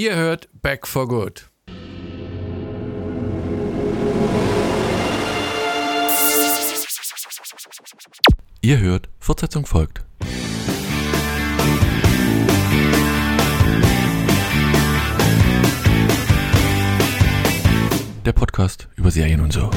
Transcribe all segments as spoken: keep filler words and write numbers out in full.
Ihr hört Back for Good. Ihr hört, Fortsetzung folgt. Der Podcast über Serien und so.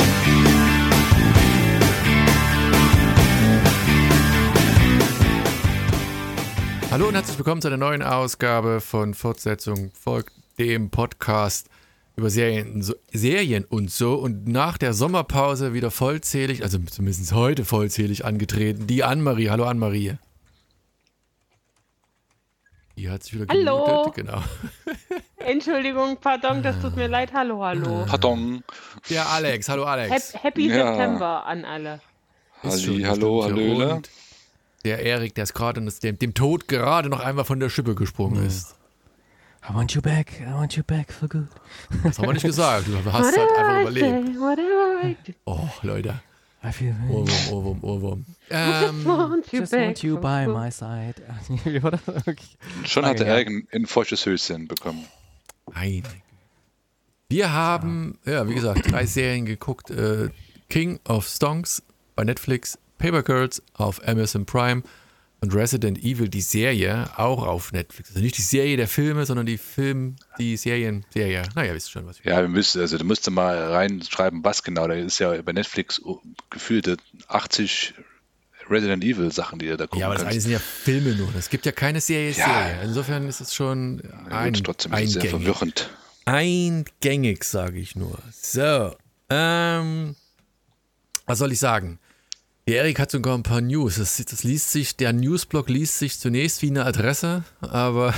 Hallo und herzlich willkommen zu einer neuen Ausgabe von Fortsetzung folgt, dem Podcast über Serien, so, Serien und so. Und nach der Sommerpause wieder vollzählig, also zumindest heute vollzählig angetreten, die Annemarie. Hallo Annemarie. Die hat sich wieder Hallo. gemutet, genau. Entschuldigung, pardon, das tut mir leid. Hallo, hallo. Pardon. Der Alex. Hallo Alex. Hap- Happy Ja. September an alle. Ist schon, Halli, hallo, stimmt, ja. hallöle. Und der Erik, der ist gerade dem, dem Tod gerade noch einmal von der Schippe gesprungen ist. I want you back, I want you back for good. Das haben wir nicht gesagt. Du hast halt einfach überlebt. Whatever I do, Oh, Leute. I feel Ohrwurm, Ohrwurm, Ohrwurm. just Ähm, want you just back want you for by good. my side. Oder? Okay. Schon Lange hat der her. Erik ein, ein feuchtes Höschen bekommen. Nein. Wir haben, ja, wie gesagt, drei Serien geguckt. Äh, King of Stonks bei Netflix, Paper Girls auf Amazon Prime und Resident Evil, die Serie, auch auf Netflix. Also nicht die Serie der Filme, sondern die Film, die Serien-Serie. Naja, wisst schon, was ich Ja, wir müssen, also du musst mal reinschreiben, was genau. Da ist ja bei Netflix gefühlte achtzig Resident Evil Sachen, die ihr da gucken Ja, aber das eine kannst. sind ja Filme nur. Es gibt ja keine Serie, Ja. Serie. Insofern ist es schon ein, Gut, trotzdem ist es sehr eingängig. verwirrend. Eingängig, sage ich nur. So, ähm, was soll ich sagen? Der Erik hat sogar ein paar News. Das, das liest sich, der Newsblog liest sich zunächst wie eine Adresse, aber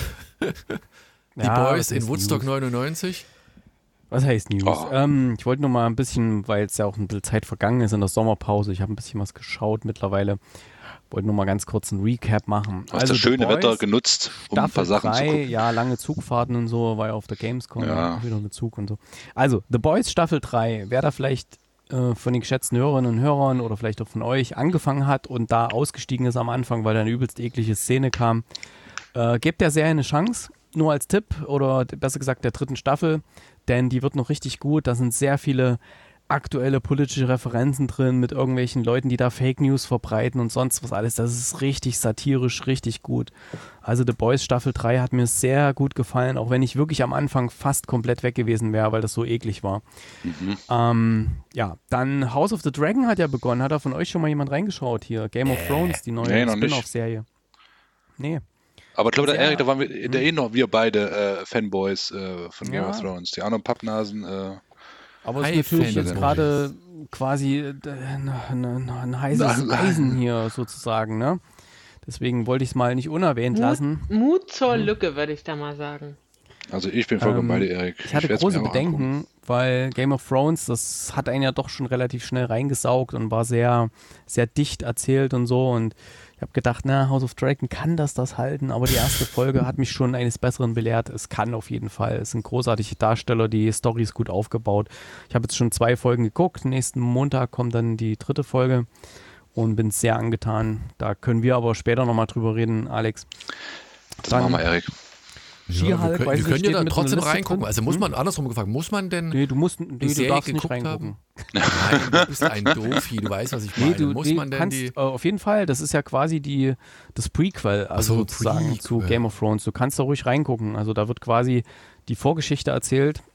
die Ja, Boys was in heißt Woodstock News? neunundneunzig. Was heißt News? Oh. Ähm, ich wollte nur mal ein bisschen, weil es ja auch ein bisschen Zeit vergangen ist in der Sommerpause, ich habe ein bisschen was geschaut mittlerweile, wollte nur mal ganz kurz einen Recap machen. Du hast das schöne The Boys, Wetter genutzt, um ein paar Staffel Sachen zu drei, gucken. ja, lange Zugfahrten und so, war ja auf der Gamescom, Ja. auch wieder mit Zug und so. Also, The Boys Staffel drei, wer da vielleicht äh, von den geschätzten Hörerinnen und Hörern oder vielleicht auch von euch angefangen hat und da ausgestiegen ist am Anfang, weil da eine übelst eklige Szene kam, äh, gebt der Serie eine Chance, nur als Tipp oder besser gesagt der dritten Staffel, denn die wird noch richtig gut. Da sind sehr viele aktuelle politische Referenzen drin mit irgendwelchen Leuten, die da Fake News verbreiten und sonst was alles. Das ist richtig satirisch, richtig gut. Also The Boys Staffel drei hat mir sehr gut gefallen, auch wenn ich wirklich am Anfang fast komplett weg gewesen wäre, weil das so eklig war. Mhm. Ähm, ja, dann House of the Dragon hat ja begonnen. Hat da von euch schon mal jemand reingeschaut hier? Game of Thrones, die neue nee, noch nicht. Spin-off-Serie. Nee. Aber ich glaube, der Sehr- Erik, da waren wir da eh noch wir beide äh, Fanboys äh, von Game Ja. of Thrones. Die anderen Pappnasen. Äh, Aber es Hi, ist natürlich Fanboys. jetzt gerade quasi äh, ein, ein, ein heißes Eisen hier sozusagen, ne? Deswegen wollte ich es mal nicht unerwähnt Mut, lassen. Mut zur Lücke, würde ich da mal sagen. also ich bin vollkommen Ähm, bei dir, Erik. Ich hatte werd's große mir auch angucken. Bedenken, weil Game of Thrones, das hat einen ja doch schon relativ schnell reingesaugt und war sehr, sehr dicht erzählt und so. Und ich habe gedacht, na, House of Dragon kann das das halten, aber die erste Folge hat mich schon eines Besseren belehrt. Es kann auf jeden Fall. Es sind großartige Darsteller, die Story ist gut aufgebaut. Ich habe jetzt schon zwei Folgen geguckt. Nächsten Montag kommt dann die dritte Folge und bin sehr angetan. Da können wir aber später nochmal drüber reden, Alex. Das Dann- machen wir, Erik. She-Hulk, wir können, weiß wir nicht, können steht ja da mit trotzdem einer Liste reingucken. drin? Also muss Hm? man, andersrum gefragt, muss man denn Nee, du musst, nee, du Serie darfst nicht geguckt reingucken. Nein, du bist ein Dofi, du weißt, was ich meine. Nee, du, muss nee, man denn kannst, die... äh, auf jeden Fall, das ist ja quasi die, das Prequel, also so, sozusagen Prequel. zu Game of Thrones. Du kannst da ruhig reingucken. Also da wird quasi die Vorgeschichte erzählt,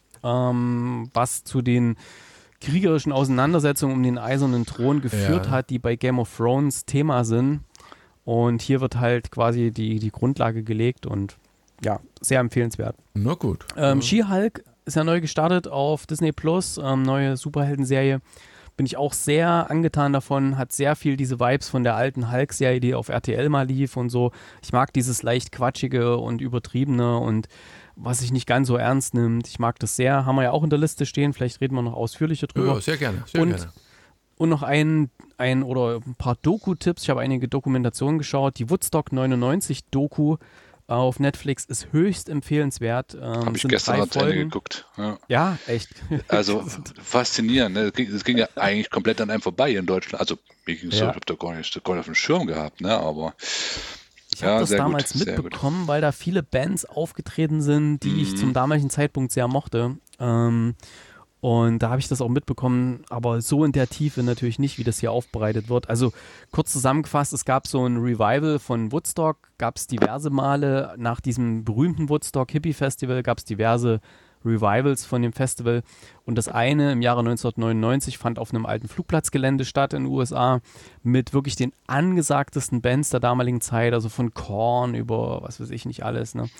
ähm, was zu den kriegerischen Auseinandersetzungen um den eisernen Thron geführt Ja. hat, die bei Game of Thrones Thema sind. Und hier wird halt quasi die, die Grundlage gelegt und ja, sehr empfehlenswert. Na gut. Ähm, Ja. She-Hulk ist ja neu gestartet auf Disney Plus, ähm, neue Superhelden-Serie. Bin ich auch sehr angetan davon, hat sehr viel diese Vibes von der alten Hulk-Serie, die auf R T L mal lief und so. Ich mag dieses leicht quatschige und übertriebene und was sich nicht ganz so ernst nimmt. Ich mag das sehr. Haben wir ja auch in der Liste stehen, vielleicht reden wir noch ausführlicher drüber. Ja, sehr gerne, sehr Und- gerne. Und noch ein, ein oder ein paar Doku-Tipps. Ich habe einige Dokumentationen geschaut. Die Woodstock neunundneunzig Doku auf Netflix ist höchst empfehlenswert. Ähm, Habe ich sind gestern drei noch zu Ende Folgen. geguckt. Ja. Ja, echt. Also faszinierend. Ne? Das, ging, das ging ja eigentlich komplett an einem vorbei in Deutschland. Also mir ging es so, Ja. ich habe da gar nicht, gar nicht auf dem Schirm gehabt, ne? Aber Ich habe Ja, das sehr gut, damals sehr gut. mitbekommen, weil da viele Bands aufgetreten sind, die ich Mhm. zum damaligen Zeitpunkt sehr mochte. Ähm, und da habe ich das auch mitbekommen, aber so in der Tiefe natürlich nicht, wie das hier aufbereitet wird. Also kurz zusammengefasst, es gab so ein Revival von Woodstock, gab es diverse Male. Nach diesem berühmten Woodstock Hippie Festival gab es diverse Revivals von dem Festival. Und das eine im Jahre neunzehnhundertneunundneunzig fand auf einem alten Flugplatzgelände statt in den U S A mit wirklich den angesagtesten Bands der damaligen Zeit, also von Korn über was weiß ich nicht alles, ne?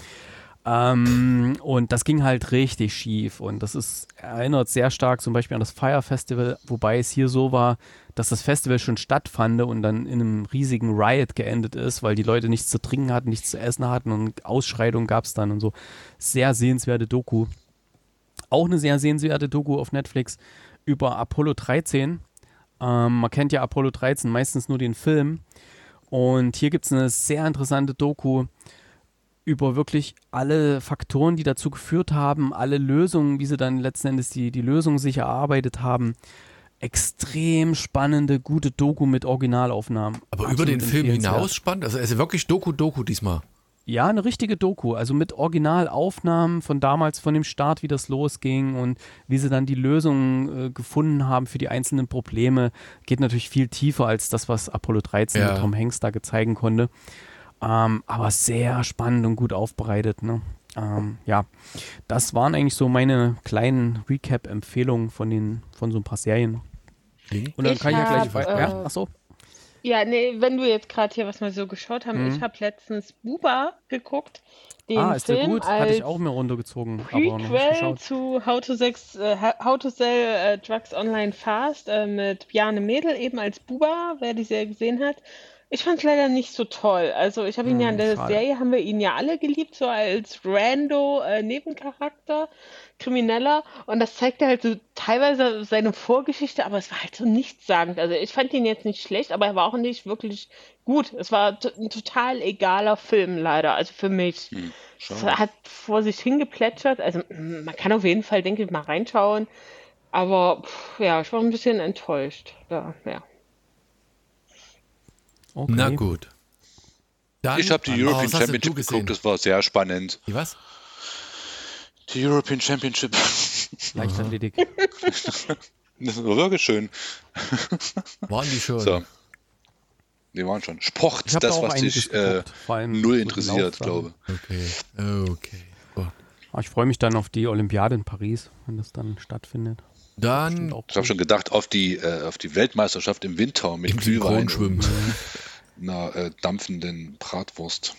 Ähm, und das ging halt richtig schief und das ist, erinnert sehr stark zum Beispiel an das Fire Festival, wobei es hier so war, dass das Festival schon stattfand und dann in einem riesigen Riot geendet ist, weil die Leute nichts zu trinken hatten, nichts zu essen hatten und Ausschreitungen gab es dann und so. Sehr sehenswerte Doku. Auch eine sehr sehenswerte Doku auf Netflix über Apollo dreizehn. Ähm, man kennt ja Apollo dreizehn meistens nur den Film und hier gibt es eine sehr interessante Doku über wirklich alle Faktoren, die dazu geführt haben, alle Lösungen, wie sie dann letzten Endes die, die Lösung sich erarbeitet haben. Extrem spannende, gute Doku mit Originalaufnahmen. Aber über Absolut den Film empfehlenswert. hinaus spannend? Also es ist wirklich Doku-Doku diesmal. Ja, eine richtige Doku, also mit Originalaufnahmen von damals, von dem Start, wie das losging und wie sie dann die Lösungen äh, gefunden haben für die einzelnen Probleme. Geht natürlich viel tiefer als das, was Apollo dreizehn Ja. mit Tom Hanks da zeigen konnte. Ähm, aber sehr spannend und gut aufbereitet. Ne? Ähm, ja, das waren eigentlich so meine kleinen Recap-Empfehlungen von, den, von so ein paar Serien. Link? Und dann Ich kann ich ja gleich hab, weiter. äh, Ja, achso. Ja, nee, wenn du jetzt gerade hier was mal so geschaut haben, Mhm. ich habe letztens Buba geguckt, den Ah, ist der Film gut? als Hatte ich auch mir runtergezogen, aber noch nicht Prequel geschaut. zu How to, Sex, äh, How to Sell äh, Drugs Online Fast äh, mit Bjarne Mädel eben als Buba, wer die Serie gesehen hat. Ich fand es leider nicht so toll. Also ich habe ihn ja in Hm, der schade. Serie, haben wir ihn ja alle geliebt, so als Rando äh, Nebencharakter, Krimineller. Und das zeigte halt so teilweise seine Vorgeschichte, aber es war halt so nichtssagend. Also ich fand ihn jetzt nicht schlecht, aber er war auch nicht wirklich gut. Es war t- ein total egaler Film leider, also für mich. Hm, Es schade. hat vor sich hingeplätschert. Also mm, man kann auf jeden Fall, denke ich, mal reinschauen. Aber pff, ja, ich war ein bisschen enttäuscht. Ja, ja. Okay. Na gut. Dann, Ich habe die oh, European was hast denn du Championship gesehen? geguckt, das war sehr spannend. Die was? Die European Championship. Leichtathletik. Das war wirklich schön. Waren die schon? So. Die waren schon. Sport, Ich habe da das, auch was einiges dich äh, geguckt, vor allem so null die interessiert, Laufsachen. glaube Okay, okay. Gut. Ah, Ich freue mich dann auf die Olympiade in Paris, wenn das dann stattfindet. Dann Auch ich. Ich habe schon gedacht, auf die, äh, auf die Weltmeisterschaft im Winter mit im Glühwein Synchronschwimmen. und einer äh, dampfenden Bratwurst.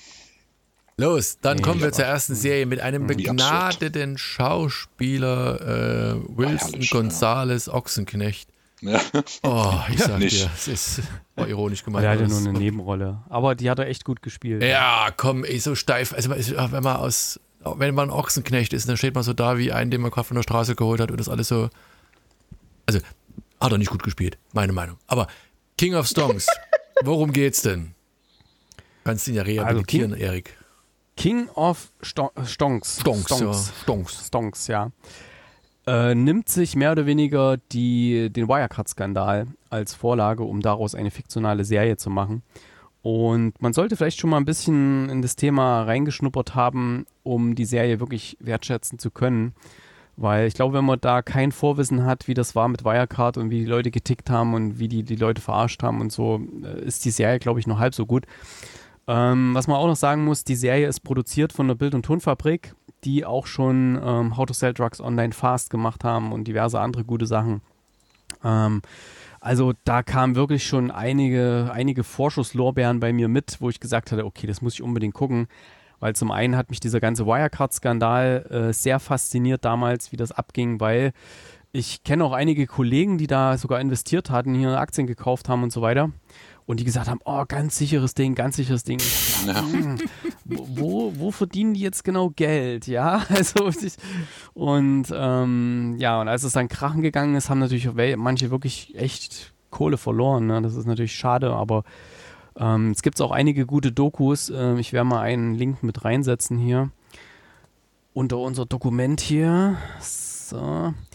Los, dann Nee, kommen wir aber- zur ersten Serie mit einem Wie absurd. begnadeten Schauspieler, äh, Wilson herrlich, Gonzales Ochsenknecht. Ja. Oh, ich sag Nicht. dir, es ist war ironisch gemeint. Der hatte aber nur es- eine Nebenrolle. Aber die hat er echt gut gespielt. Ja, komm, ey, so steif. Also, wenn man aus, wenn man Ochsenknecht ist, dann steht man so da wie einen, den man gerade von der Straße geholt hat und das alles so. Also, hat er nicht gut gespielt, meine Meinung. Aber King of Stonks, worum geht's denn? Kannst ihn ja rehabilitieren, Also Erik. King of Sto Stonks. Stonks, Stonks. ja. Stonks. Stonks, ja. Äh, nimmt sich mehr oder weniger die, den Wirecard-Skandal als Vorlage, um daraus eine fiktionale Serie zu machen. Und man sollte vielleicht schon mal ein bisschen in das Thema reingeschnuppert haben, um die Serie wirklich wertschätzen zu können. Weil ich glaube, wenn man da kein Vorwissen hat, wie das war mit Wirecard und wie die Leute getickt haben und wie die die Leute verarscht haben und so, äh, ist die Serie, glaube ich, nur halb so gut. Ähm, was man auch noch sagen muss, die Serie ist produziert von der Bild- und Tonfabrik, die auch schon ähm, How to Sell Drugs Online Fast gemacht haben und diverse andere gute Sachen. Ähm, also da kamen wirklich schon einige, einige Vorschusslorbeeren bei mir mit, wo ich gesagt hatte, okay, das muss ich unbedingt gucken. Weil zum einen hat mich dieser ganze Wirecard-Skandal äh, sehr fasziniert damals, wie das abging, weil ich kenne auch einige Kollegen, die da sogar investiert hatten, hier Aktien gekauft haben und so weiter. Und die gesagt haben, oh, ganz sicheres Ding, ganz sicheres Ding. Ich dachte, hm, wo, wo verdienen die jetzt genau Geld? Ja, also ich, und ähm, ja, und als es dann krachen gegangen ist, haben natürlich wel- manche wirklich echt Kohle verloren. Ne? Das ist natürlich schade, aber ähm, es gibt auch einige gute Dokus. Ähm, ich werde mal einen Link mit reinsetzen hier unter unser Dokument hier. So.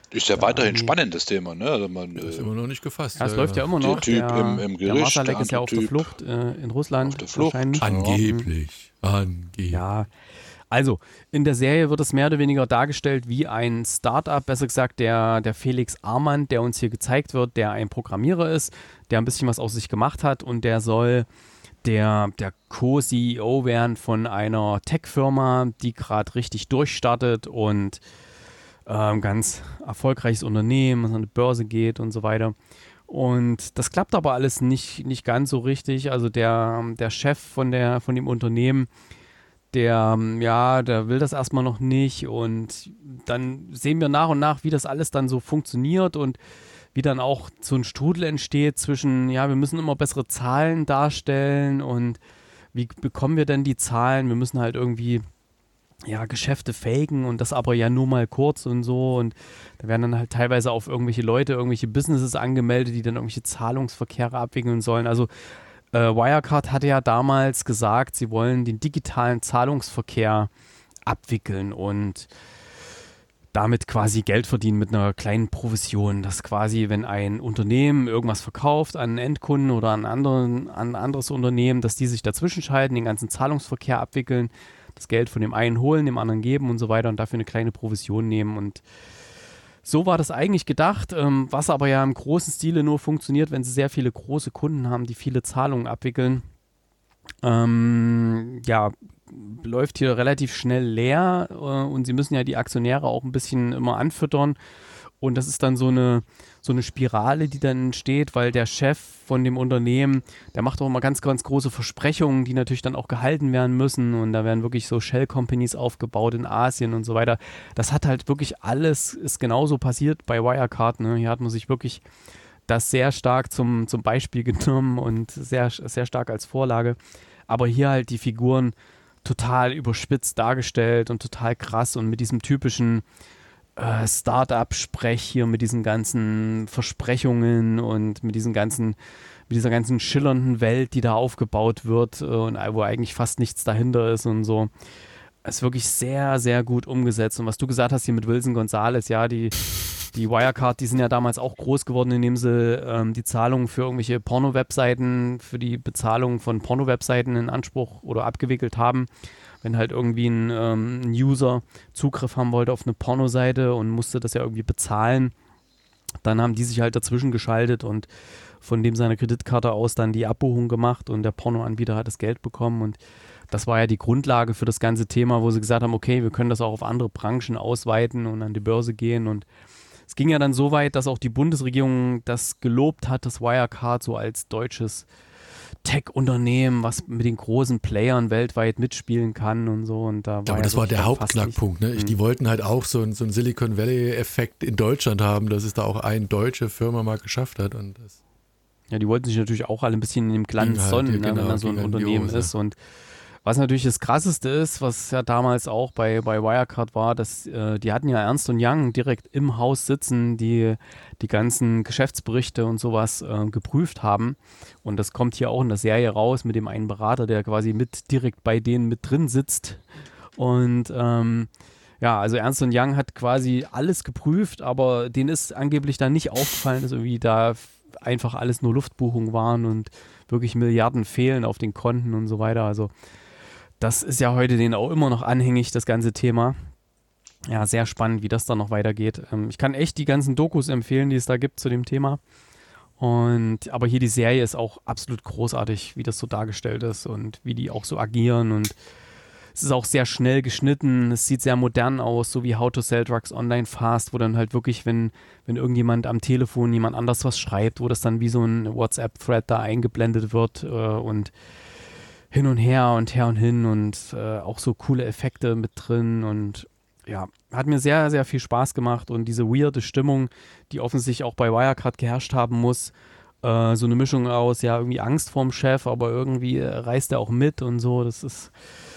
Ist ja Ja, weiterhin irgendwie- spannend, das Thema, ne? Also man, Das ist äh, immer noch nicht gefasst. Ja, es läuft ja immer Der noch. Typ der, im- im der Gericht, Masalek der ist ja auf der andere Typ Flucht äh, in Russland auf der Flucht. wahrscheinlich. Angeblich. Angeblich. Ja, also in der Serie wird es mehr oder weniger dargestellt wie ein Startup, besser gesagt der, der Felix Armand, der uns hier gezeigt wird, der ein Programmierer ist, der ein bisschen was aus sich gemacht hat und der soll der, der Co-C E O werden von einer Tech-Firma, die gerade richtig durchstartet und ähm, ganz erfolgreiches Unternehmen, was an die Börse geht und so weiter. Und das klappt aber alles nicht, nicht ganz so richtig. Also der, der Chef von, der, von dem Unternehmen, der, ähm, ja, der will das erstmal noch nicht. Und dann sehen wir nach und nach, wie das alles dann so funktioniert und wie dann auch so ein Strudel entsteht zwischen, ja, wir müssen immer bessere Zahlen darstellen und wie bekommen wir denn die Zahlen? Wir müssen halt irgendwie ja, Geschäfte faken und das aber ja nur mal kurz und so und da werden dann halt teilweise auf irgendwelche Leute, irgendwelche Businesses angemeldet, die dann irgendwelche Zahlungsverkehre abwickeln sollen. Also äh, Wirecard hatte ja damals gesagt, sie wollen den digitalen Zahlungsverkehr abwickeln und damit quasi Geld verdienen mit einer kleinen Provision, dass quasi, wenn ein Unternehmen irgendwas verkauft an einen Endkunden oder an, anderen, an ein anderes Unternehmen, dass die sich dazwischen schalten, den ganzen Zahlungsverkehr abwickeln, das Geld von dem einen holen, dem anderen geben und so weiter und dafür eine kleine Provision nehmen. Und so war das eigentlich gedacht, ähm, was aber ja im großen Stile nur funktioniert, wenn sie sehr viele große Kunden haben, die viele Zahlungen abwickeln. Ähm, ja, läuft hier relativ schnell leer äh, und sie müssen ja die Aktionäre auch ein bisschen immer anfüttern. Und das ist dann so eine, so eine Spirale, die dann entsteht, weil der Chef von dem Unternehmen, der macht auch immer ganz, ganz große Versprechungen, die natürlich dann auch gehalten werden müssen. Und da werden wirklich so Shell-Companies aufgebaut in Asien und so weiter. Das hat halt wirklich alles, ist genauso passiert bei Wirecard. Ne? Hier hat man sich wirklich das sehr stark zum, zum Beispiel genommen und sehr, sehr stark als Vorlage. Aber hier halt die Figuren total überspitzt dargestellt und total krass und mit diesem typischen äh, Start-up-Sprech hier, mit diesen ganzen Versprechungen und mit diesen ganzen, mit dieser ganzen schillernden Welt, die da aufgebaut wird äh, und wo eigentlich fast nichts dahinter ist und so. Ist wirklich sehr, sehr gut umgesetzt. Und was du gesagt hast hier mit Wilson Gonzalez, ja, die, die Wirecard, die sind ja damals auch groß geworden, indem sie ähm, die Zahlungen für irgendwelche Porno-Webseiten, für die Bezahlung von Porno-Webseiten in Anspruch oder abgewickelt haben. Wenn halt irgendwie ein, ähm, ein User Zugriff haben wollte auf eine Pornoseite und musste das ja irgendwie bezahlen, dann haben die sich halt dazwischen geschaltet und von dem seiner Kreditkarte aus dann die Abbuchung gemacht und der Pornoanbieter hat das Geld bekommen und das war ja die Grundlage für das ganze Thema, wo sie gesagt haben, okay, wir können das auch auf andere Branchen ausweiten und an die Börse gehen und es ging ja dann so weit, dass auch die Bundesregierung das gelobt hat, das Wirecard so als deutsches Tech-Unternehmen, was mit den großen Playern weltweit mitspielen kann und so. Und da war Aber ja das war der wirklich fast Hauptknackpunkt. Ne? nicht- Die wollten halt auch so, einen- so einen Silicon Valley-Effekt in Deutschland haben, dass es da auch eine deutsche Firma mal geschafft hat. Und das Ja, die wollten sich natürlich auch alle ein bisschen in dem Glanz Ging halt, sonnen, ja, ne, genau, wenn da so ein ging halt in die Unternehmen Hose. ist. Und was natürlich das Krasseste ist, was ja damals auch bei, bei Wirecard war, dass äh, die hatten ja Ernst und Young direkt im Haus sitzen, die die ganzen Geschäftsberichte und sowas äh, geprüft haben. Und das kommt hier auch in der Serie raus mit dem einen Berater, der quasi mit direkt bei denen mit drin sitzt. Und ähm, ja, also Ernst und Young hat quasi alles geprüft, aber denen ist angeblich dann nicht aufgefallen, dass irgendwie da f- einfach alles nur Luftbuchungen waren und wirklich Milliarden fehlen auf den Konten und so weiter. Also das ist ja heute denen auch immer noch anhängig, das ganze Thema. Ja, sehr spannend, wie das dann noch weitergeht. Ähm, ich kann echt die ganzen Dokus empfehlen, die es da gibt zu dem Thema. Und aber hier die Serie ist auch absolut großartig, wie das so dargestellt ist und wie die auch so agieren und es ist auch sehr schnell geschnitten, es sieht sehr modern aus, so wie How to Sell Drugs Online Fast, wo dann halt wirklich, wenn, wenn irgendjemand am Telefon jemand anders was schreibt, wo das dann wie so ein WhatsApp-Thread da eingeblendet wird äh, und hin und her und her und hin und äh, auch so coole Effekte mit drin und ja, hat mir sehr, sehr viel Spaß gemacht und diese weirde Stimmung, die offensichtlich auch bei Wirecard geherrscht haben muss, äh, so eine Mischung aus, ja, irgendwie Angst vorm Chef, aber irgendwie äh, reißt er auch mit und so, das ist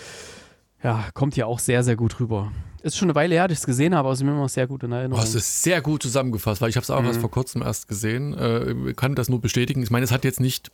ja, kommt ja auch sehr, sehr gut rüber. Ist schon eine Weile her, dass ich es gesehen habe, aber es ist mir immer noch sehr gut in Oh, Erinnerung. es ist sehr gut zusammengefasst, weil ich habe es auch Mhm. erst vor kurzem erst gesehen. Äh, kann das nur bestätigen. Ich meine, es hat jetzt nicht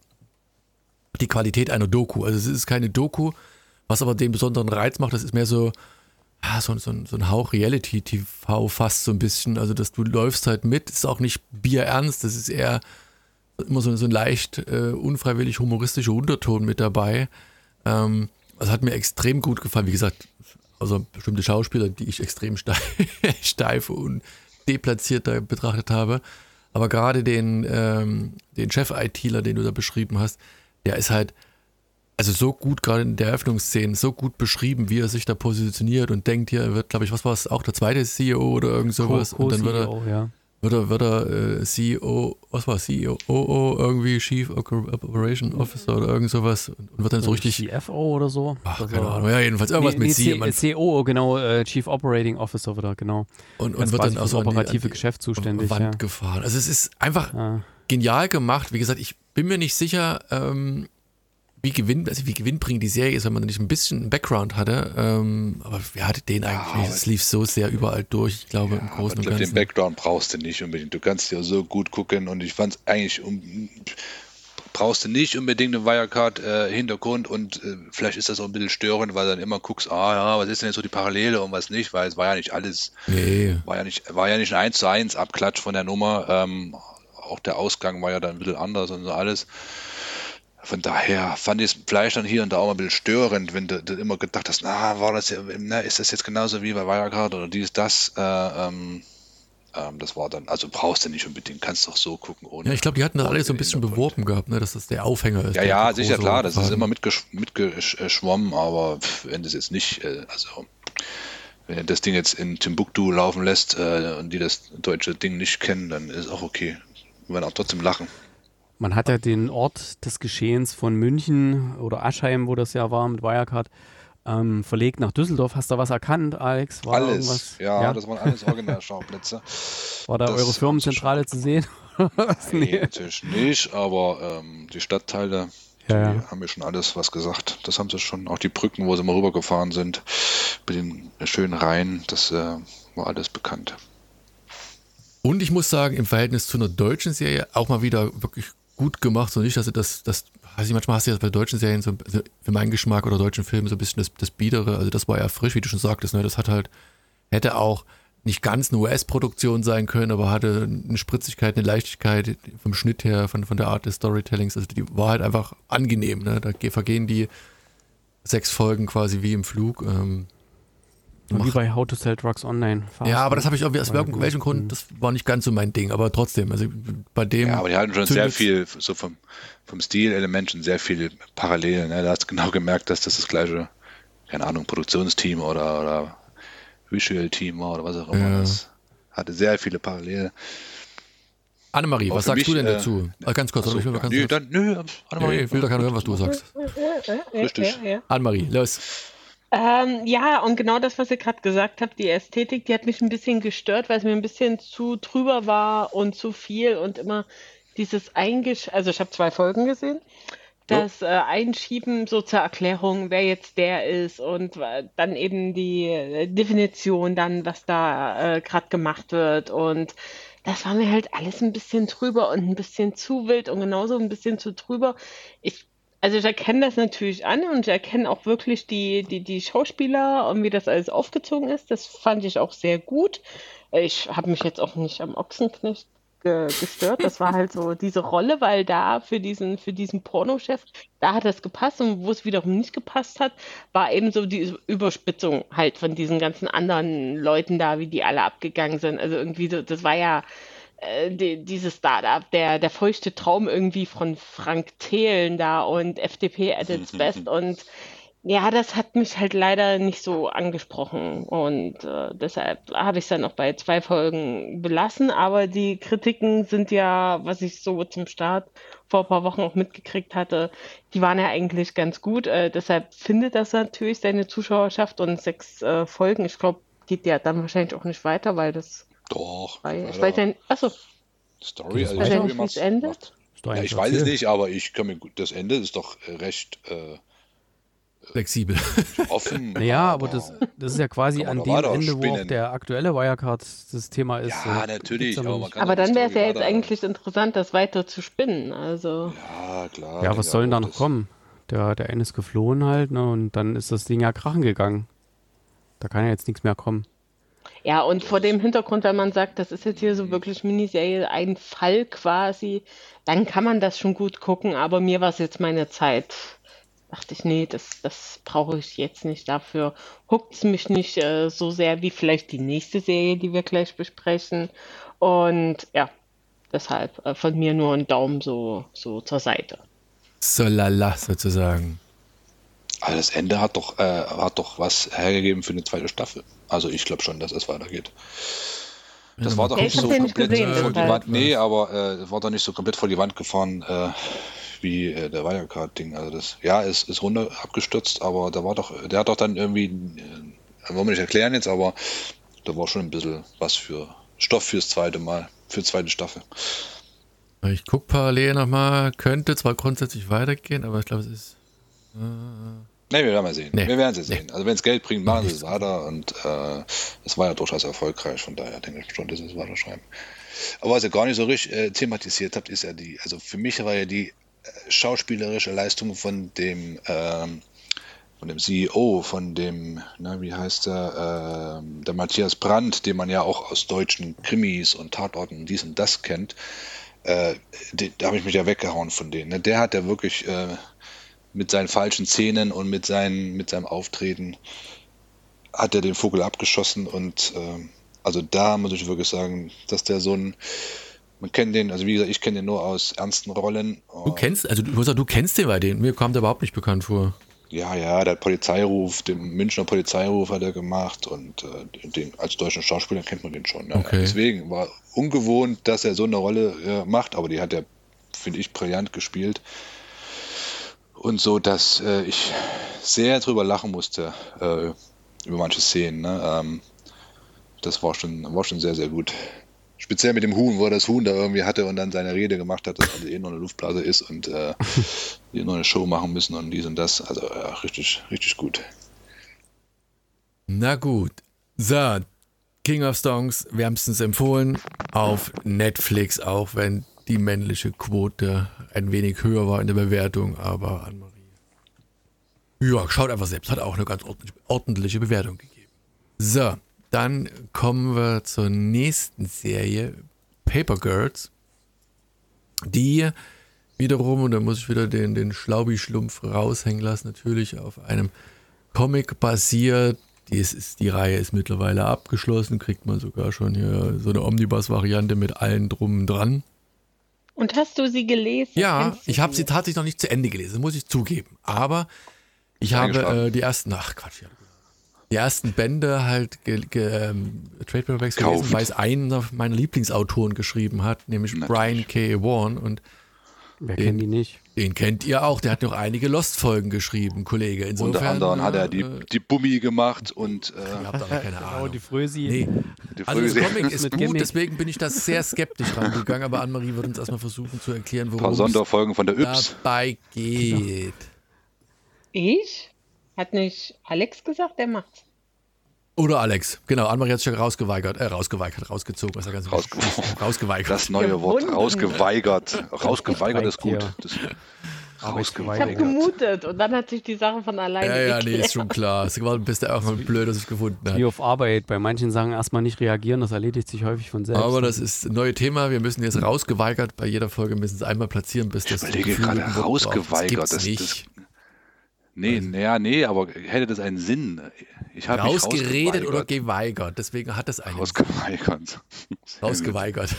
die Qualität einer Doku. Also es ist keine Doku, was aber den besonderen Reiz macht. Das ist mehr so ja, so, so, so ein Hauch Reality-T V fast so ein bisschen. Also, dass du läufst halt mit, ist auch nicht bierernst, das ist eher immer so, so ein leicht äh, unfreiwillig humoristischer Unterton mit dabei. Ähm, das hat mir extrem gut gefallen. Wie gesagt, also bestimmte Schauspieler, die ich extrem steif, steif und deplatziert da betrachtet habe. Aber gerade den, ähm, den Chef-ITler, den du da beschrieben hast, der ist halt also so gut, gerade in der Eröffnungsszene, so gut beschrieben, wie er sich da positioniert und denkt, hier wird, glaube ich, was war es, auch der zweite C E O oder irgend sowas. Co- und dann wird er, Co-C E O, ja. wird er, wird er äh, C E O, was war C E O, irgendwie Chief Operation Officer oder irgend sowas und wird dann so richtig, C F O oder so. ach, Das keine war- Ahnung, ja, jedenfalls irgendwas Nee, mit nee, C. C- Man, C O O, genau, äh, Chief Operating Officer wieder, genau. und, und Ganz wird quasi dann auch fürs so an die, operative an die Geschäft zuständig, Wand ja. gefahren. Also es ist einfach Ah. genial gemacht. Wie gesagt, ich bin mir nicht sicher, ähm, wie gewinn, also wie gewinnbringend die Serie ist, wenn man nicht ein bisschen einen Background hatte. Ähm, aber wer hatte den eigentlich Ja, nicht? Es lief so sehr überall durch. Ich glaube, im Aber Großen ich und glaube, den Ganzen. Background brauchst du nicht unbedingt. Du kannst ja so gut gucken und ich fand es eigentlich, um, brauchst du nicht unbedingt einen Wirecard-Hintergrund und äh, vielleicht ist das auch ein bisschen störend, weil du dann immer guckst, ah ja, was ist denn jetzt so die Parallele und was nicht, weil es war ja nicht alles, Nee. war ja nicht, war ja nicht ein eins zu eins Abklatsch von der Nummer. Ähm, auch der Ausgang war ja dann ein bisschen anders und so alles. Von daher fand ich es vielleicht dann hier und da auch mal ein bisschen störend, wenn du, du immer gedacht hast, na, war das ja, na, ist das jetzt genauso wie bei Wirecard oder dies, das, äh, ähm, ähm, das war dann, also brauchst du nicht unbedingt, kannst doch so gucken, ohne. Ja, ich glaube, die hatten das ohne alle so ein den bisschen Hintergrund. beworben gehabt, ne, dass das der Aufhänger ist. Ja, der- ja, der sicher, große klar, das ist Faden. immer mitgesch mitgeschwommen, aber pff, wenn das jetzt nicht, äh, also wenn du das Ding jetzt in Timbuktu laufen lässt äh, und die das deutsche Ding nicht kennen, dann ist auch okay. Wir werden auch trotzdem lachen. Man hat ja den Ort des Geschehens von München oder Aschheim, wo das ja war mit Wirecard, ähm, verlegt nach Düsseldorf. Hast du was erkannt, Alex? War da Alles, irgendwas? ja, das waren alles Originalschauplätze. War da das eure haben Firmenzentrale sie zu sehen? Nee, natürlich nicht, aber ähm, die Stadtteile, die Ja, ja. haben mir schon alles was gesagt. Das haben sie schon, auch die Brücken, wo sie mal rübergefahren sind, mit den schönen Reihen, das äh, war alles bekannt. Und ich muss sagen, im Verhältnis zu einer deutschen Serie auch mal wieder wirklich gut gemacht. So nicht, dass du das, das weiß ich, manchmal hast du ja bei deutschen Serien, so, also für meinen Geschmack oder deutschen Filmen so ein bisschen das, das Biedere. Also das war ja frisch, wie du schon sagtest. Ne? Das hat halt, hätte auch nicht ganz eine U S-Produktion sein können, aber hatte eine Spritzigkeit, eine Leichtigkeit vom Schnitt her, von, von der Art des Storytellings. Also die war halt einfach angenehm. Ne? Da ge- vergehen die sechs Folgen quasi wie im Flug. Ähm, Und wie bei How to Sell Drugs Online. Fast, ja, aber das ne? habe ich irgendwie aus War ja welchem gut. Grund, Mhm. das war nicht ganz so mein Ding, aber trotzdem, also bei dem. Ja, aber die hatten schon sehr zündet's- viel, so vom, vom Stilelement schon sehr viele Parallelen. Ne? Da hast du genau gemerkt, dass das das gleiche, keine Ahnung, Produktionsteam oder, oder Visual-Team war oder was auch immer. Ja. Das hatte sehr viele Parallelen. Annemarie, Aber was für sagst mich, du denn äh, dazu? Ah, ganz kurz, Achso, ich will mal ja. ganz Nö, kurz. dann, nö, Annemarie. Nee, ich will doch gerne hören, was du sagst. Richtig. Ja, ja. Annemarie, los. Ähm, ja, und genau das, was ihr gerade gesagt habt, die Ästhetik, die hat mich ein bisschen gestört, weil es mir ein bisschen zu drüber war und zu viel und immer dieses Eingesch... Also ich habe zwei Folgen gesehen. Das äh, Einschieben so zur Erklärung, wer jetzt der ist und äh, dann eben die äh, Definition dann, was da äh, gerade gemacht wird und das war mir halt alles ein bisschen drüber und ein bisschen zu wild und genauso ein bisschen zu drüber. Ich, also ich erkenne das natürlich an und ich erkenne auch wirklich die, die, die Schauspieler und wie das alles aufgezogen ist. Das fand ich auch sehr gut. Ich habe mich jetzt auch nicht am Ochsenknecht ge- gestört. Das war halt so diese Rolle, weil da für diesen, für diesen Pornochef, da hat das gepasst und wo es wiederum nicht gepasst hat, war eben so die Überspitzung halt von diesen ganzen anderen Leuten da, wie die alle abgegangen sind. Also irgendwie so, das war ja äh, die, dieses Startup, der, der feuchte Traum irgendwie von Frank Thelen da und F D P at its best und ja, das hat mich halt leider nicht so angesprochen und äh, deshalb habe ich es dann auch bei zwei Folgen belassen, aber die Kritiken sind ja, was ich so zum Start vor ein paar Wochen auch mitgekriegt hatte, die waren ja eigentlich ganz gut, äh, deshalb findet das natürlich seine Zuschauerschaft und sechs äh, Folgen, ich glaube, geht ja dann wahrscheinlich auch nicht weiter, weil das, Doch. weil, ich weiter. weiß ja nicht, achso, Story, Geht also das die weiter? Story Wie es macht's- endet? macht- Ist doch Ja, eigentlich ich weiß es erzählt. nicht, aber ich kann mir gut, das Ende ist doch äh, recht äh, Flexibel. offen. Naja, aber das, das ist ja quasi Kann an man dem doch weiter Ende, wo auch spinnen. der aktuelle Wirecard das Thema ist. Ja, so, natürlich, gibt's ja noch aber man nicht. kann aber doch die dann wäre es ja Story jetzt weiter- eigentlich interessant, das weiter zu spinnen, also... Ja, klar. Ja, wenn was der soll denn da Ort noch ist. kommen? Der, der eine ist geflohen halt, ne? Und dann ist das Ding ja krachen gegangen. Da kann ja jetzt nichts mehr kommen. Ja, und vor dem Hintergrund, wenn man sagt, das ist jetzt hier so wirklich Miniserie, ein Fall quasi, dann kann man das schon gut gucken, aber mir war es jetzt meine Zeit. Dachte ich, nee, das, das brauche ich jetzt nicht. Dafür huckt es mich nicht äh, so sehr wie vielleicht die nächste Serie, die wir gleich besprechen. Und ja, deshalb äh, von mir nur ein Daumen so, so zur Seite. So lala, sozusagen. Also das Ende hat doch, äh, hat doch was hergegeben für eine zweite Staffel. Also ich glaube schon, dass es weitergeht. Das Ja, war doch Ja, nicht ich hab so den nicht komplett gesehen, vor die deshalb. Wand. Nee, aber äh, es war doch nicht so komplett vor die Wand gefahren äh, wie äh, der Wirecard-Ding. Also das, ja, es ist runter abgestürzt, aber da war doch, der hat doch dann irgendwie, äh, wollen wir nicht erklären jetzt, aber da war schon ein bisschen was für Stoff fürs zweite Mal, für die zweite Staffel. Ich gucke parallel nochmal, könnte zwar grundsätzlich weitergehen, aber ich glaube, es ist. Ne, wir werden mal sehen. Nee. Wir werden es Nee. sehen. Also wenn es Geld bringt, machen sie Nichts. es weiter und äh, es war ja durchaus erfolgreich, von daher denke ich schon, dass sie es weiterschreiben. Aber was ihr gar nicht so richtig äh, thematisiert habt, ist ja die, also für mich war ja die äh, schauspielerische Leistung von dem ähm, von dem C E O, von dem, na, wie heißt der, ähm, der Matthias Brandt, den man ja auch aus deutschen Krimis und Tatorten dies und das kennt, äh, die, da habe ich mich ja weggehauen von denen. Ne? Der hat ja wirklich äh, mit seinen falschen Szenen und mit, seinen, mit seinem Auftreten hat er den Vogel abgeschossen und äh, also da muss ich wirklich sagen, dass der so ein, man kennt den, also wie gesagt, ich kenne den nur aus ernsten Rollen. Du kennst, also du, muss sagen, du kennst den bei denen. Mir kam der überhaupt nicht bekannt vor. Ja, ja, der Polizeiruf, den Münchner Polizeiruf hat er gemacht und äh, den, als deutschen Schauspieler kennt man den schon. Ja. Okay. Deswegen war ungewohnt, dass er so eine Rolle äh, macht, aber die hat er, finde ich, brillant gespielt. Und so, dass äh, ich sehr drüber lachen musste äh, über manche Szenen. Ne? Ähm, das war schon, war schon sehr, sehr gut. Speziell mit dem Huhn, wo er das Huhn da irgendwie hatte und dann seine Rede gemacht hat, dass also eh nur eine Luftblase ist und äh, die nur eine Show machen müssen und dies und das. Also ja, richtig, richtig gut. Na gut. So, King of Songs, wärmstens empfohlen auf Netflix, auch wenn die männliche Quote ein wenig höher war in der Bewertung, aber Annemarie. Ja, schaut einfach selbst, hat auch eine ganz ordentliche, ordentliche Bewertung gegeben. So, dann kommen wir zur nächsten Serie, Paper Girls, die wiederum, und da muss ich wieder den, den Schlaubi-Schlumpf raushängen lassen, natürlich auf einem Comic basiert. Die, ist, die Reihe ist mittlerweile abgeschlossen, kriegt man sogar schon hier so eine Omnibus-Variante mit allen drum und dran. Und hast du sie gelesen? Ja, Kennst du ich habe sie tatsächlich noch nicht zu Ende gelesen, muss ich zugeben. Aber ich habe Eingeschlafen. äh, die ersten, ach Quatsch, ja. die ersten Bände halt ge, ge, ähm, Trade Paperbacks gelesen, Kauft. weil es einen meiner Lieblingsautoren geschrieben hat, nämlich Natürlich. Brian K. Vaughan, und Wer Den- kennt die nicht? den kennt ihr auch. Der hat noch einige Lost-Folgen geschrieben, Kollege. Insofern, Unter anderem hat er die, äh, die Bummi gemacht und äh, ihr habt aber keine Ahnung. die Frösi. Nee. die Also das Fröse. Comic ist Mit gut, Gimmick. deswegen bin ich da sehr skeptisch rangegangen, aber Annemarie wird uns erstmal versuchen zu erklären, Ein paar worum es Sonderfolgen von der Yps. dabei geht. Ich? Hat nicht Alex gesagt, der macht's. Oder Alex, genau, Annemarie hat sich ja rausgeweigert, äh, rausgeweigert, rausgezogen, was ja ganz Raus- wichtig ist. Rausgeweigert. Das neue Wort, Gefunden. rausgeweigert. Rausgeweigert ist gut. Hier. Das, Ich habe rausgeweigert. gemutet und dann hat sich die Sache von alleine Ja, ja, nee, geklärt. ist schon klar. Es war bis der auch mal blöd, dass ich gefunden Wie habe. auf Arbeit. Bei manchen Sachen erstmal nicht reagieren, das erledigt sich häufig von selbst. Aber das ist ein neues Thema. Wir müssen jetzt rausgeweigert. Bei jeder Folge müssen es einmal platzieren, bis das überlege Gefühl gerade, mit dem Wort drauf ist. rausgeweigert, Das das- gibt's das- nicht. Nee, naja, nee, aber hätte das einen Sinn? Ich habe mich Rausgeredet oder rausgeweigert. geweigert. Deswegen hat das einen Rausgeweigert. rausgeweigert.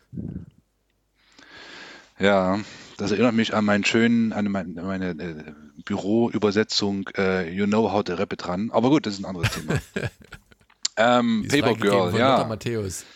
Ja, das erinnert mich an meinen schönen, an meine, meine äh, Büroübersetzung äh, You Know How to Rap It dran. Aber gut, das ist ein anderes Thema. ähm, Die ist Paper freigegeben Girl, von Lothar ja. Matthäus.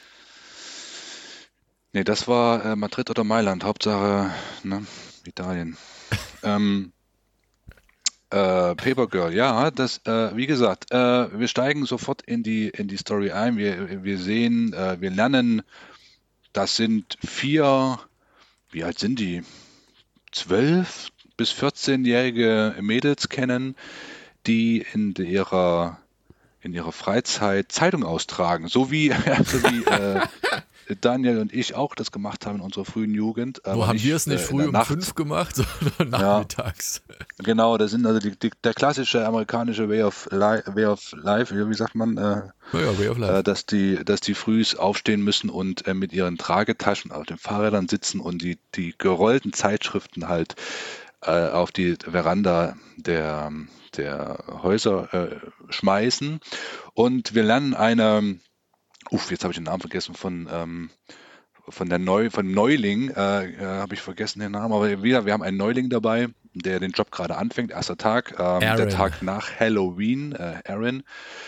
Nee, das war äh, Madrid oder Mailand, Hauptsache ne, Italien. ähm, äh, Paper Girl, ja, das, äh, wie gesagt, äh, wir steigen sofort in die, in die Story ein. Wir, wir sehen, äh, wir lernen, das sind vier, wie alt sind die? zwölf bis vierzehnjährige Mädels kennen, die in ihrer in ihrer Freizeit Zeitung austragen, so wie, so wie äh, Daniel und ich auch das gemacht haben in unserer frühen Jugend. Wo haben wir es nicht äh, in früh der um Nacht. fünf gemacht, sondern Ja, nachmittags? genau, das sind also die, die, der klassische amerikanische Way of, li Way of Life, wie sagt man, äh, Naja, Way of äh, Life. dass die, dass die frühs aufstehen müssen und äh, mit ihren Tragetaschen auf den Fahrrädern sitzen und die, die gerollten Zeitschriften halt äh, auf die Veranda der, der Häuser äh, schmeißen. Und wir lernen eine, uff, jetzt habe ich den Namen vergessen von, ähm, von der Neu, von Neuling, äh, äh, habe ich vergessen den Namen, aber wieder, wir haben einen Neuling dabei, der den Job gerade anfängt, erster Tag, ähm, der Aaron. Tag nach Halloween, äh, Aaron.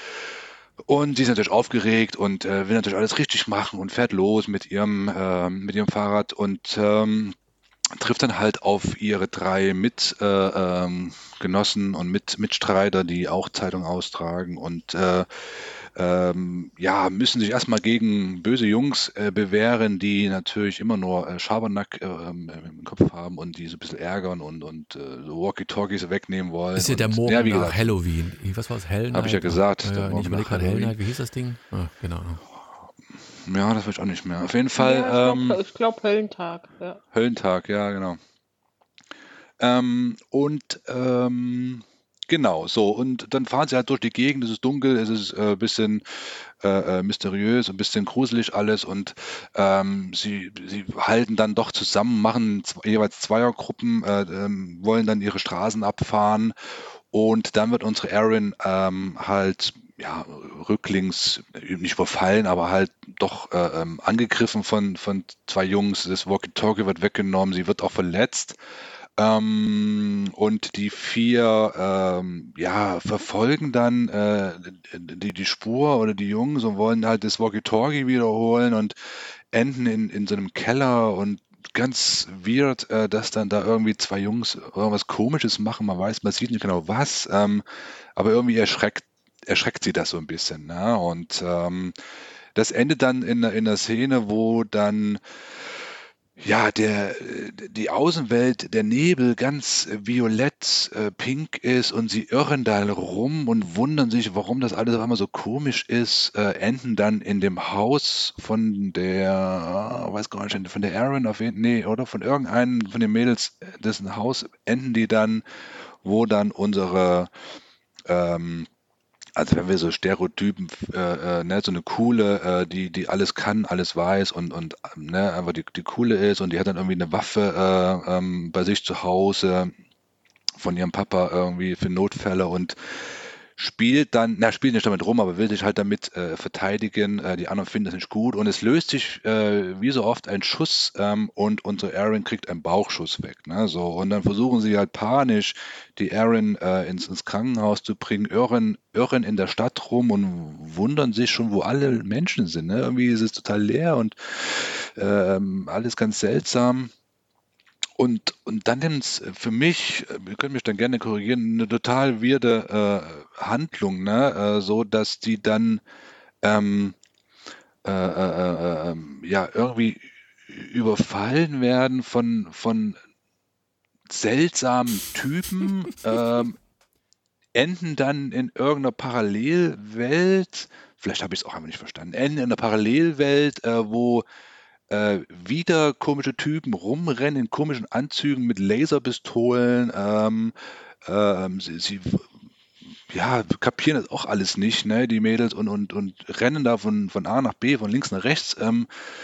Und sie ist natürlich aufgeregt und äh, will natürlich alles richtig machen und fährt los mit ihrem, ähm, mit ihrem Fahrrad und ähm, trifft dann halt auf ihre drei Mitgenossen äh, ähm, Genossen und Mit Mitstreiter, die auch Zeitung austragen und äh, ähm, ja, müssen sich erstmal gegen böse Jungs äh, bewähren, die natürlich immer nur äh, Schabernack äh, ähm, im Kopf haben und die so ein bisschen ärgern und, und äh, so Walkie-Talkies wegnehmen wollen. Ist ja der und, Morgen ja, wie nach gesagt, Halloween. Wie- Was war es? Hell habe ich ja Night? gesagt, Ja, der ja, ich Morgen überlege nach gerade Hell Halloween. Night. Wie hieß das Ding? Ah, genau. Ja, das weiß ich auch nicht mehr. Auf jeden Fall Ja, ich glaube, ähm, ich glaub Höllentag. Ja. Höllentag, ja, genau. Ähm, und ähm, genau, so. Und dann fahren sie halt durch die Gegend, es ist dunkel, es ist ein äh, bisschen äh, äh, mysteriös, ein bisschen gruselig alles. Und ähm, sie, sie halten dann doch zusammen, machen zw jeweils Zweiergruppen, äh, ähm, wollen dann ihre Straßen abfahren. Und dann wird unsere Erin ähm, halt ja, rücklings, äh, nicht überfallen, aber halt doch äh, ähm, angegriffen von, von zwei Jungs. Das Walkie-Talkie wird weggenommen, sie wird auch verletzt. Ähm, und die vier ähm, ja, verfolgen dann äh, die, die Spur oder die Jungs und wollen halt das Walkie-Talkie wiederholen und enden in, in so einem Keller und ganz weird, äh, dass dann da irgendwie zwei Jungs irgendwas Komisches machen. Man weiß, man sieht nicht genau was, ähm, aber irgendwie erschreckt, erschreckt sie das so ein bisschen. Ne? Und ähm, das endet dann in, einer- in einer Szene, wo dann ja, der, äh, die Außenwelt, der Nebel ganz äh, violett, äh, pink ist und sie irren da rum und wundern sich, warum das alles auf einmal so komisch ist, äh, enden dann in dem Haus von der, ah, weiß gar nicht, von der Erin auf jeden nee, oder von irgendeinem von den Mädels, äh, dessen Haus enden die dann, wo dann unsere ähm, also wenn wir so Stereotypen, äh, äh, ne, so eine coole, äh, die, die alles kann, alles weiß und, und ähm, ne, einfach die, die coole ist und die hat dann irgendwie eine Waffe äh, ähm, bei sich zu Hause von ihrem Papa irgendwie für Notfälle und spielt dann, na, spielt nicht damit rum, aber will sich halt damit äh, verteidigen. Äh, die anderen finden das nicht gut und es löst sich äh, wie so oft ein Schuss ähm, und unsere Erin kriegt einen Bauchschuss weg. Ne? So, und dann versuchen sie halt panisch, die Erin äh, ins, ins Krankenhaus zu bringen, irren, irren in der Stadt rum und wundern sich schon, wo alle Menschen sind. Ne? Irgendwie ist es total leer und ähm, alles ganz seltsam. Und, und dann nimmt es für mich, äh, ihr könnt mich dann gerne korrigieren, eine total weirde äh, Handlung, ne? Äh, so dass die dann ähm, äh, äh, äh, ähm, ja irgendwie überfallen werden von, von seltsamen Typen, ähm, enden dann in irgendeiner Parallelwelt, vielleicht habe ich es auch einfach nicht verstanden, enden in einer Parallelwelt, äh, wo äh, wieder komische Typen rumrennen in komischen Anzügen mit Laserpistolen. Ähm, ähm, sie, sie ja, kapieren das auch alles nicht, ne, die Mädels, und, und, und rennen da von, von A nach B, von links nach rechts. Ähm,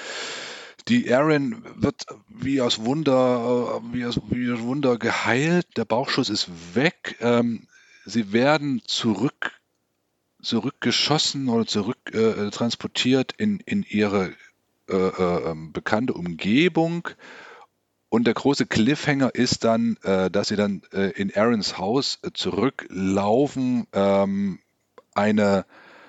die Erin wird wie aus Wunder, äh, wie aus, wie aus Wunder geheilt. Der Bauchschuss ist weg. Ähm, sie werden zurück, zurückgeschossen oder zurück äh, transportiert in, in ihre äh, äh, ähm, bekannte Umgebung. Und der große Cliffhanger ist dann, äh, dass sie dann äh, in Aarons Haus äh, zurücklaufen, ähm, eine,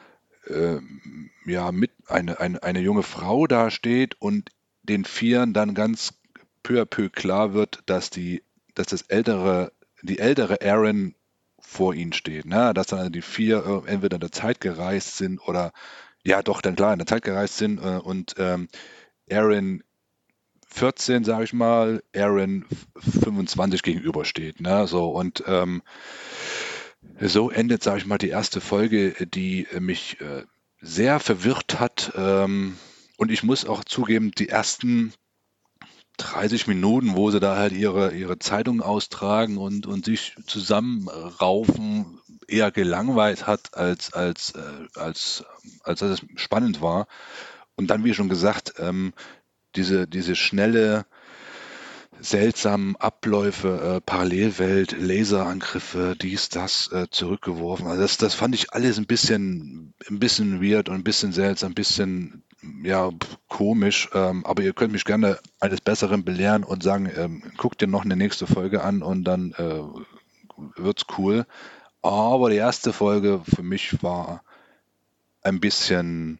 ähm, ja, mit, eine, eine, eine junge Frau da steht und den Vieren dann ganz peu à peu klar wird, dass die, dass das ältere, die ältere Aaron vor ihnen steht. Ne? Dass dann also die vier äh, entweder in der Zeit gereist sind oder ja doch, dann klar, in der Zeit gereist sind äh, und ähm, Aaron vierzehn, sage ich mal, Aaron fünfundzwanzig gegenübersteht. Ne? So, und ähm, So endet, sage ich mal, die erste Folge, die äh, mich äh, sehr verwirrt hat. Ähm, und ich muss auch zugeben, die ersten dreißig Minuten, wo sie da halt ihre, ihre Zeitung austragen und, und sich zusammenraufen, eher gelangweilt hat, als, als, äh, als, als dass es spannend war. Und dann, wie schon gesagt, ähm, diese, diese schnelle, seltsamen Abläufe, äh, Parallelwelt, Laserangriffe, dies, das, äh, zurückgeworfen. Also das, das fand ich alles ein bisschen, ein bisschen weird und ein bisschen seltsam, ein bisschen, ja, pf, komisch. Ähm, aber ihr könnt mich gerne eines Besseren belehren und sagen, ähm, guckt dir noch eine nächste Folge an und dann äh, wird's cool. Aber die erste Folge für mich war ein bisschen,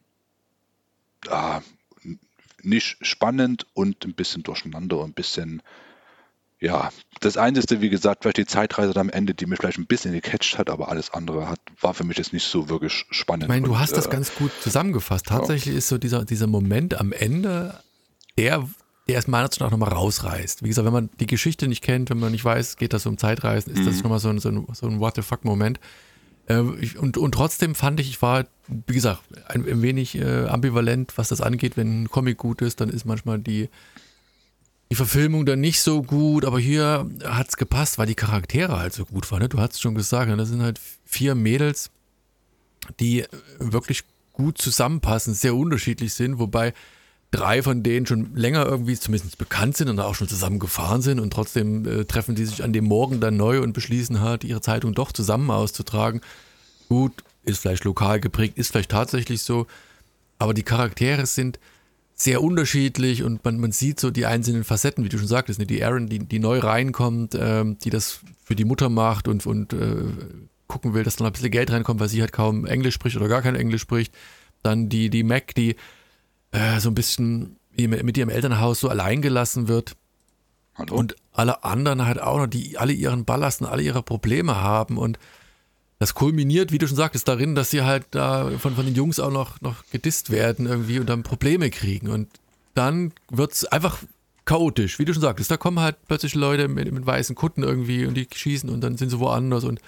ah, n- nicht spannend und ein bisschen durcheinander und ein bisschen, ja, das Einzige, wie gesagt, vielleicht die Zeitreise dann am Ende, die mich vielleicht ein bisschen gecatcht hat, aber alles andere hat, war für mich jetzt nicht so wirklich Ich spannend. meine, du Und hast das äh, ganz gut zusammengefasst. ja, Tatsächlich ist so dieser, dieser Moment am Ende, der, der es meiner Meinung nach nochmal rausreißt. Wie gesagt, wenn man die Geschichte nicht kennt, wenn man nicht weiß, geht das um Zeitreisen, ist das mhm. nochmal so ein, so ein, so ein What the fuck-Moment. Äh, ich, und, und trotzdem fand ich, ich war, wie gesagt, ein, ein wenig äh, ambivalent, was das angeht. Wenn ein Comic gut ist, dann ist manchmal die, die Verfilmung dann nicht so gut, aber hier hat es gepasst, weil die Charaktere halt so gut waren. Ne? Du hast es schon gesagt, ne? Das sind halt vier Mädels, die wirklich gut zusammenpassen, sehr unterschiedlich sind, wobei drei von denen schon länger irgendwie zumindest bekannt sind und auch schon zusammen gefahren sind und trotzdem äh, treffen die sich an dem Morgen dann neu und beschließen halt, ihre Zeitung doch zusammen auszutragen. Gut, ist vielleicht lokal geprägt, ist vielleicht tatsächlich so, aber die Charaktere sind sehr unterschiedlich und man, man sieht so die einzelnen Facetten, wie du schon sagtest, ne? Die Erin, die, die neu reinkommt, ähm, die das für die Mutter macht und, und äh, gucken will, dass da noch ein bisschen Geld reinkommt, weil sie halt kaum Englisch spricht oder gar kein Englisch spricht. Dann die, die Mac, die äh, so ein bisschen mit ihrem Elternhaus so allein gelassen wird. Hallo? Und alle anderen halt auch noch, die alle ihren Ballast und alle ihre Probleme haben. Und das kulminiert, wie du schon sagtest, darin, dass sie halt da von, von den Jungs auch noch, noch gedisst werden irgendwie und dann Probleme kriegen. Und dann wird es einfach chaotisch, wie du schon sagtest. Da kommen halt plötzlich Leute mit, mit weißen Kutten irgendwie und die schießen und dann sind sie woanders. Und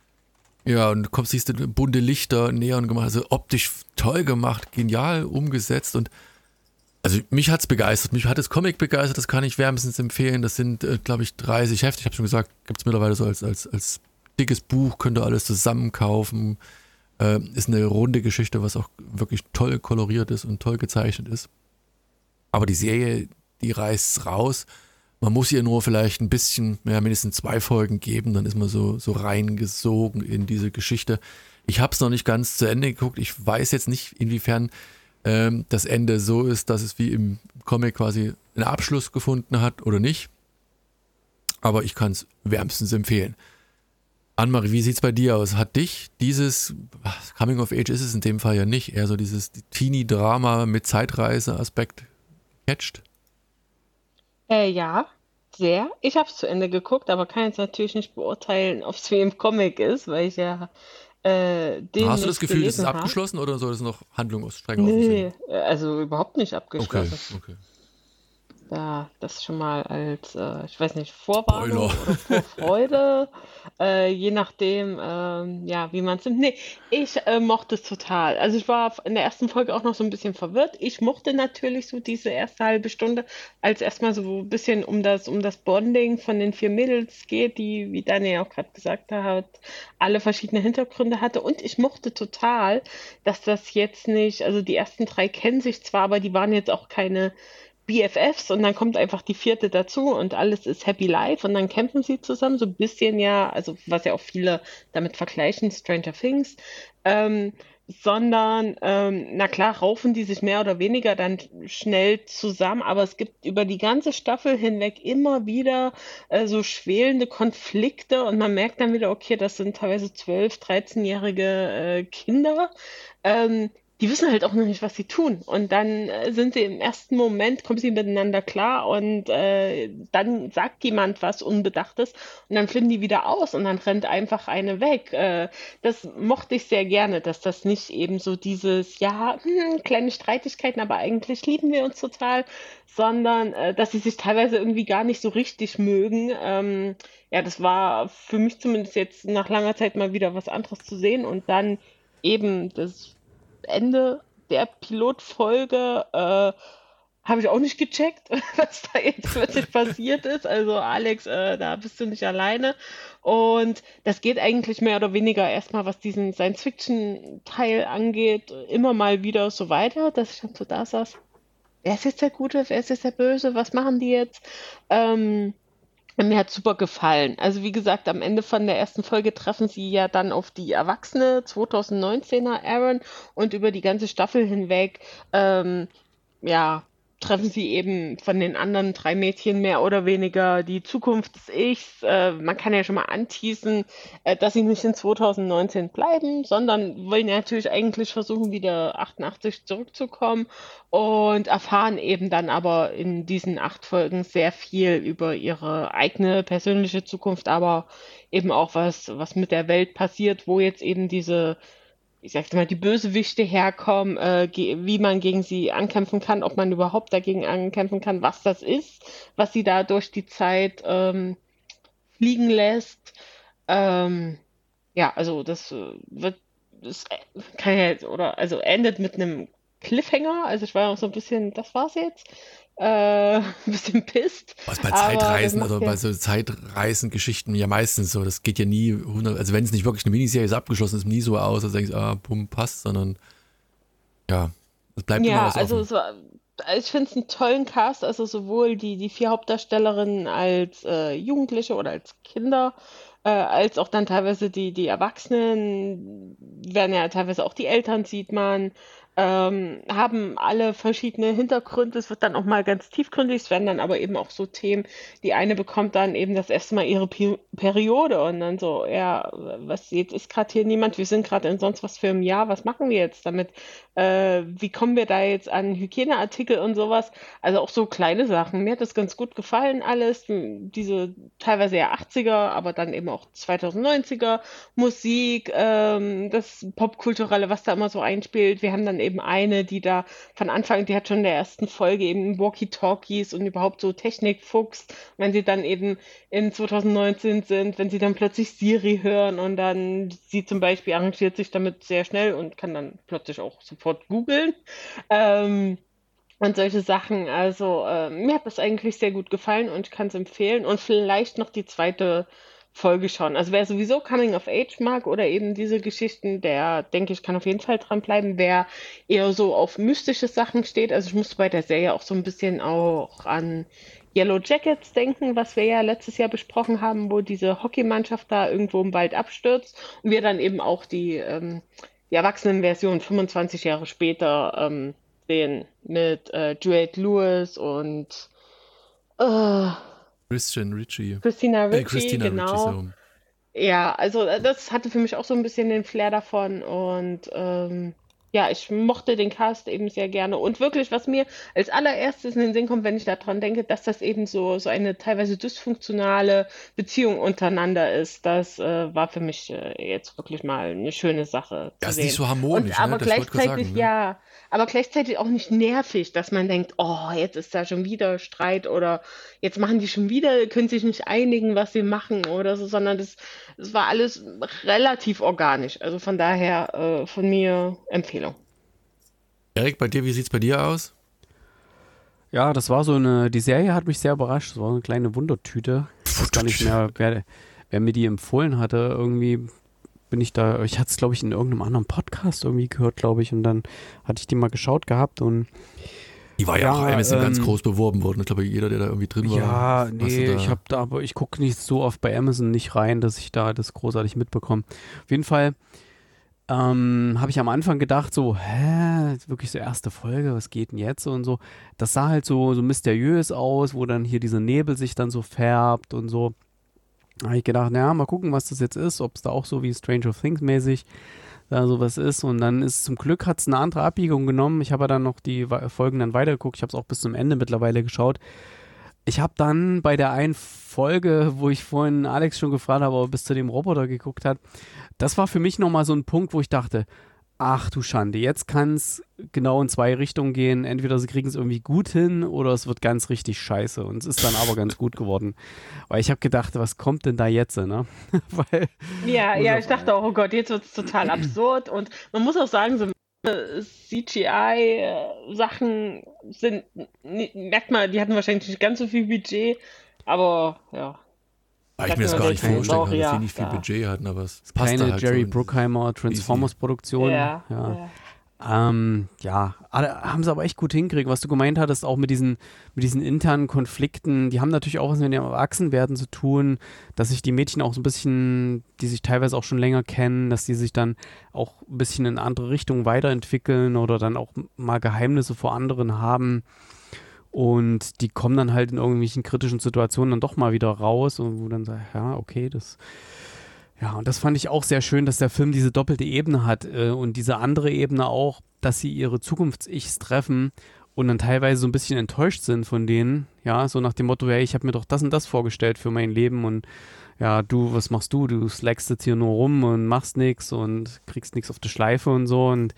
ja, und du kommst, siehst du bunte Lichter, Neon gemacht, also optisch toll gemacht, genial umgesetzt. Und also mich hat's begeistert, mich hat das Comic begeistert, das kann ich wärmstens empfehlen. Das sind, äh, glaube ich, dreißig Hefte. Ich habe schon gesagt, gibt es mittlerweile so als, als, als dickes Buch, könnt ihr alles zusammen kaufen. Äh, ist eine runde Geschichte, was auch wirklich toll koloriert ist und toll gezeichnet ist. Aber die Serie, die reißt's raus. Man muss ihr nur vielleicht ein bisschen, ja, mindestens zwei Folgen geben, dann ist man so, so reingesogen in diese Geschichte. Ich habe es noch nicht ganz zu Ende geguckt. Ich weiß jetzt nicht, inwiefern ähm, das Ende so ist, dass es wie im Comic quasi einen Abschluss gefunden hat oder nicht. Aber ich kann es wärmstens empfehlen. Annemarie, wie sieht's bei dir aus? Hat dich dieses, ach, Coming of Age ist es in dem Fall ja nicht, eher so dieses Teenie-Drama mit Zeitreise-Aspekt gecatcht? Äh, ja, sehr. Ich habe es zu Ende geguckt, aber kann jetzt natürlich nicht beurteilen, ob es wie im Comic ist, weil ich ja äh, den Hast du das nicht Gefühl, das ist gelesen habe. abgeschlossen oder soll es noch Handlung aus streng offen sind? Nee, äh, also überhaupt nicht Okay, abgeschlossen. okay. Da, das schon mal als, äh, ich weiß nicht, Vorwarnung Spoiler. oder Vorfreude, äh, je nachdem, ähm, ja, wie man es nimmt. Nee, ich äh, mochte es total. Also ich war in der ersten Folge auch noch so ein bisschen verwirrt. Ich mochte natürlich so diese erste halbe Stunde, als erstmal so ein bisschen um das, um das Bonding von den vier Mädels geht, die, wie Daniel auch gerade gesagt hat, alle verschiedene Hintergründe hatte. Und ich mochte total, dass das jetzt nicht, also die ersten drei kennen sich zwar, aber die waren jetzt auch keine B F Fs und dann kommt einfach die vierte dazu und alles ist Happy Life und dann kämpfen sie zusammen, so ein bisschen ja, also was ja auch viele damit vergleichen, Stranger Things, ähm, sondern, ähm, na klar, raufen die sich mehr oder weniger dann schnell zusammen, aber es gibt über die ganze Staffel hinweg immer wieder äh, so schwelende Konflikte und man merkt dann wieder, okay, das sind teilweise zwölf-, dreizehn-jährige äh, Kinder, ähm, die wissen halt auch noch nicht, was sie tun. Und dann äh, sind sie im ersten Moment, kommen sie miteinander klar und äh, dann sagt jemand was Unbedachtes und dann flippen die wieder aus und dann rennt einfach eine weg. Äh, das mochte ich sehr gerne, dass das nicht eben so dieses, ja, hm, kleine Streitigkeiten, aber eigentlich lieben wir uns total, sondern äh, dass sie sich teilweise irgendwie gar nicht so richtig mögen. Ähm, ja, das war für mich zumindest jetzt nach langer Zeit mal wieder was anderes zu sehen und dann eben das Ende der Pilotfolge äh, habe ich auch nicht gecheckt, was da jetzt plötzlich passiert ist. Also Alex, äh, da bist du nicht alleine. Und das geht eigentlich mehr oder weniger erstmal, was diesen Science-Fiction-Teil angeht, immer mal wieder so weiter, dass ich dann so da saß. Wer ist jetzt der Gute? Wer ist jetzt der Böse? Was machen die jetzt? Ähm, Mir hat super gefallen. Also wie gesagt, am Ende von der ersten Folge treffen sie ja dann auf die erwachsene zwanzig neunzehner Aaron und über die ganze Staffel hinweg, ähm, ja, treffen sie eben von den anderen drei Mädchen mehr oder weniger die Zukunft des Ichs. Äh, man kann ja schon mal anteasen, äh, dass sie nicht in zwanzig neunzehn bleiben, sondern wollen ja natürlich eigentlich versuchen, wieder achtundachtzig zurückzukommen und erfahren eben dann aber in diesen acht Folgen sehr viel über ihre eigene persönliche Zukunft, aber eben auch was, was mit der Welt passiert, wo jetzt eben diese, ich sag's mal, die Bösewichte herkommen, äh, ge- wie man gegen sie ankämpfen kann, ob man überhaupt dagegen ankämpfen kann, was das ist, was sie da durch die Zeit ähm, fliegen lässt. Ähm, ja, also das äh, wird, das äh, kann ja jetzt, oder, also endet mit einem Cliffhanger. Also ich war auch so ein bisschen, das war's jetzt. Äh, ein bisschen pisst. Was bei Aber das Zeitreisen, macht also ja, bei so Zeitreisen-Geschichten ja meistens so, das geht ja nie hundert, also wenn es nicht wirklich eine Miniserie ist, abgeschlossen ist, nie so aus, dass du denkst, ah, bumm, passt, sondern ja, es bleibt immer ja, was also offen. es war, ich finde es einen tollen Cast, also sowohl die, die vier Hauptdarstellerinnen als äh, Jugendliche oder als Kinder, äh, als auch dann teilweise die, die Erwachsenen, werden ja teilweise auch die Eltern, sieht man, ähm, haben alle verschiedene Hintergründe. Es wird dann auch mal ganz tiefgründig, es werden dann aber eben auch so Themen. Die eine bekommt dann eben das erste Mal ihre Pi Periode und dann so, ja, was jetzt ist gerade hier niemand, wir sind gerade in sonst was für einem Jahr, was machen wir jetzt damit? Äh, wie kommen wir da jetzt an Hygieneartikel und sowas? Also auch so kleine Sachen. Mir hat das ganz gut gefallen alles. M, Diese teilweise ja achtziger, aber dann eben auch zwanzig neunziger Musik, ähm, das Popkulturelle, was da immer so einspielt. Wir haben dann eben eine, die da von Anfang, die hat schon in der ersten Folge eben Walkie-Talkies und überhaupt so Technikfuchs. Wenn sie dann eben in zwanzig neunzehn sind, wenn sie dann plötzlich Siri hören und dann sie zum Beispiel arrangiert sich damit sehr schnell und kann dann plötzlich auch sofort googeln. Ähm, und solche Sachen. Also äh, mir hat das eigentlich sehr gut gefallen und ich kann es empfehlen. Und vielleicht noch die zweite Folge schauen. Also wer sowieso Coming of Age mag oder eben diese Geschichten, der denke ich, kann auf jeden Fall dranbleiben. Wer eher so auf mystische Sachen steht, also ich musste bei der Serie auch so ein bisschen auch an Yellow Jackets denken, was wir ja letztes Jahr besprochen haben, wo diese Hockeymannschaft da irgendwo im Wald abstürzt und wir dann eben auch die, ähm, die Erwachsenenversion fünfundzwanzig Jahre später ähm, sehen mit äh, Juliette Lewis und äh, Christian Ricci. Christina Äh, Ricci, Christina Ricci, so. genau. Ja, also äh, das hatte für mich auch so ein bisschen den Flair davon und ähm, ja, ich mochte den Cast eben sehr gerne und wirklich, was mir als allererstes in den Sinn kommt, wenn ich daran denke, dass das eben so, so eine teilweise dysfunktionale Beziehung untereinander ist, das äh, war für mich äh, jetzt wirklich mal eine schöne Sache Ja, zu ist nicht sehen. so Und harmonisch, ne? aber Das wollte ich gerade gleichzeitig, sagen, ne? ja, aber gleichzeitig auch nicht nervig, dass man denkt, oh, jetzt ist da schon wieder Streit oder jetzt machen die schon wieder, können sich nicht einigen, was sie machen oder so, sondern das, das war alles relativ organisch. Also von daher äh, von mir Empfehlung. Erik, bei dir, wie sieht's bei dir aus? Ja, das war so eine, die Serie hat mich sehr überrascht. Das war eine kleine Wundertüte. Ich weiß gar nicht mehr, wer, wer mir die empfohlen hatte. Irgendwie bin ich da, ich hatte es, glaube ich, in irgendeinem anderen Podcast irgendwie gehört, glaube ich. Und dann hatte ich die mal geschaut gehabt und Die war ja, Ja, auch Amazon ganz ähm, groß beworben worden. Ich glaube, jeder, der da irgendwie drin war. ja, was nee, du da- ich habe da, aber ich gucke nicht so oft bei Amazon nicht rein, dass ich da das großartig mitbekomme. Auf jeden Fall ähm, habe ich am Anfang gedacht, so, hä, wirklich so erste Folge, was geht denn jetzt so und so. Das sah halt so, so mysteriös aus, wo dann hier dieser Nebel sich dann so färbt und so. Da habe ich gedacht, naja, mal gucken, was das jetzt ist, ob es da auch so wie Stranger Things mäßig da sowas ist. Und dann ist zum Glück, hat es eine andere Abbiegung genommen. Ich habe dann noch die Folgen dann weitergeguckt. Ich habe es auch bis zum Ende mittlerweile geschaut. Ich habe dann bei der einen Folge, wo ich vorhin Alex schon gefragt habe, ob er bis zu dem Roboter geguckt hat, das war für mich nochmal so ein Punkt, wo ich dachte, ach du Schande, jetzt kann es genau in zwei Richtungen gehen. Entweder sie kriegen es irgendwie gut hin oder es wird ganz richtig scheiße. Und es ist dann aber ganz gut geworden. Weil ich habe gedacht, was kommt denn da jetzt? Ne? Weil, Ja, ja, ich dachte auch, oh Gott, jetzt wird es total absurd. Und man muss auch sagen, so C G I-Sachen sind, merkt man, die hatten wahrscheinlich nicht ganz so viel Budget, aber ja. Ah, ich mir das gar nicht vorstellen kann, dass sie nicht viel Budget hatten, aber es passt keine halt Jerry so Bruckheimer Transformers-Produktion. Ja, ja. ja. Ähm, ja, haben sie aber echt gut hingekriegt, was du gemeint hattest, auch mit diesen, mit diesen internen Konflikten, die haben natürlich auch was mit dem Erwachsenwerden zu tun, dass sich die Mädchen auch so ein bisschen, die sich teilweise auch schon länger kennen, dass die sich dann auch ein bisschen in andere Richtungen weiterentwickeln oder dann auch mal Geheimnisse vor anderen haben und die kommen dann halt in irgendwelchen kritischen Situationen dann doch mal wieder raus und wo dann sagt, ja, okay, das... Ja, und das fand ich auch sehr schön, dass der Film diese doppelte Ebene hat äh, und diese andere Ebene auch, dass sie ihre Zukunfts-Ichs treffen und dann teilweise so ein bisschen enttäuscht sind von denen, ja, so nach dem Motto, hey, ich habe mir doch das und das vorgestellt für mein Leben und ja, du, was machst du? Du slackst jetzt hier nur rum und machst nichts und kriegst nichts auf die Schleife und so und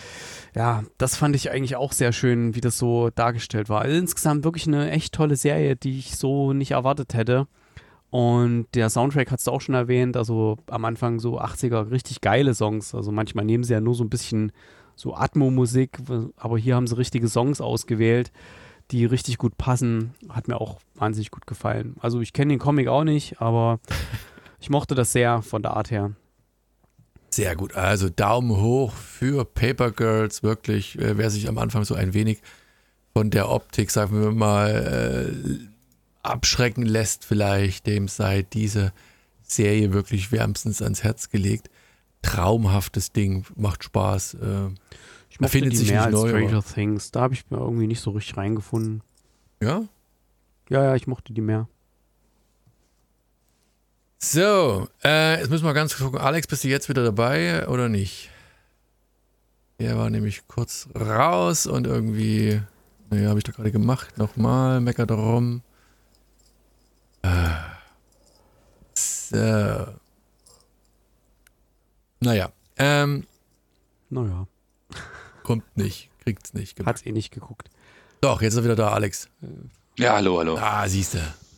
ja, das fand ich eigentlich auch sehr schön, wie das so dargestellt war. Also insgesamt wirklich eine echt tolle Serie, die ich so nicht erwartet hätte. Und der Soundtrack hast du auch schon erwähnt, also am Anfang so achtziger richtig geile Songs. Also manchmal nehmen sie ja nur so ein bisschen so Atmo-Musik, aber hier haben sie richtige Songs ausgewählt, die richtig gut passen. Hat mir auch wahnsinnig gut gefallen. Also ich kenne den Comic auch nicht, aber ich mochte das sehr von der Art her. Sehr gut, also Daumen hoch für Paper Girls, wirklich, äh, wer sich am Anfang so ein wenig von der Optik, sagen wir mal, äh, abschrecken lässt vielleicht, dem sei diese Serie wirklich wärmstens ans Herz gelegt. Traumhaftes Ding, macht Spaß. Äh, ich mochte findet die sich mehr nicht als neu, Stranger aber- Things. Da habe ich mir irgendwie nicht so richtig reingefunden. Ja? Ja, ja, ich mochte die mehr. So, äh, jetzt müssen wir ganz kurz gucken. Alex, bist du jetzt wieder dabei oder nicht? Er war nämlich kurz raus und irgendwie, naja, habe ich doch gerade gemacht. Nochmal, meckert rum. Äh, so. Naja, ähm, Naja, kommt nicht, kriegt's nicht. gemacht. hat's eh nicht geguckt. Doch, jetzt ist er wieder da, Alex. Ja, hallo, hallo. Ah, siehst du.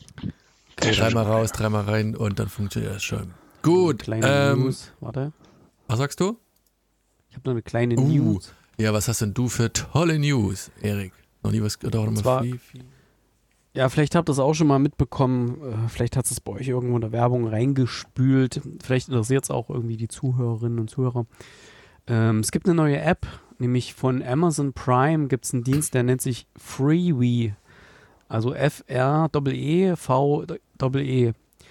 Dreimal raus, dreimal rein und dann funktioniert das schon. Gut. Kleine Ähm, News, warte. was sagst du? Ich habe noch eine kleine Uh, News. Ja, was hast denn du für tolle News, Erik? Noch nie was oder noch mal zwar- viel, viel. Ja, vielleicht habt ihr es auch schon mal mitbekommen. äh, Vielleicht hat es bei euch irgendwo in der Werbung reingespült. Vielleicht interessiert es auch irgendwie die Zuhörerinnen und Zuhörer. Ähm, es gibt eine neue App, nämlich von Amazon Prime gibt es einen Dienst, der nennt sich Freewee. Also F R E E V E E.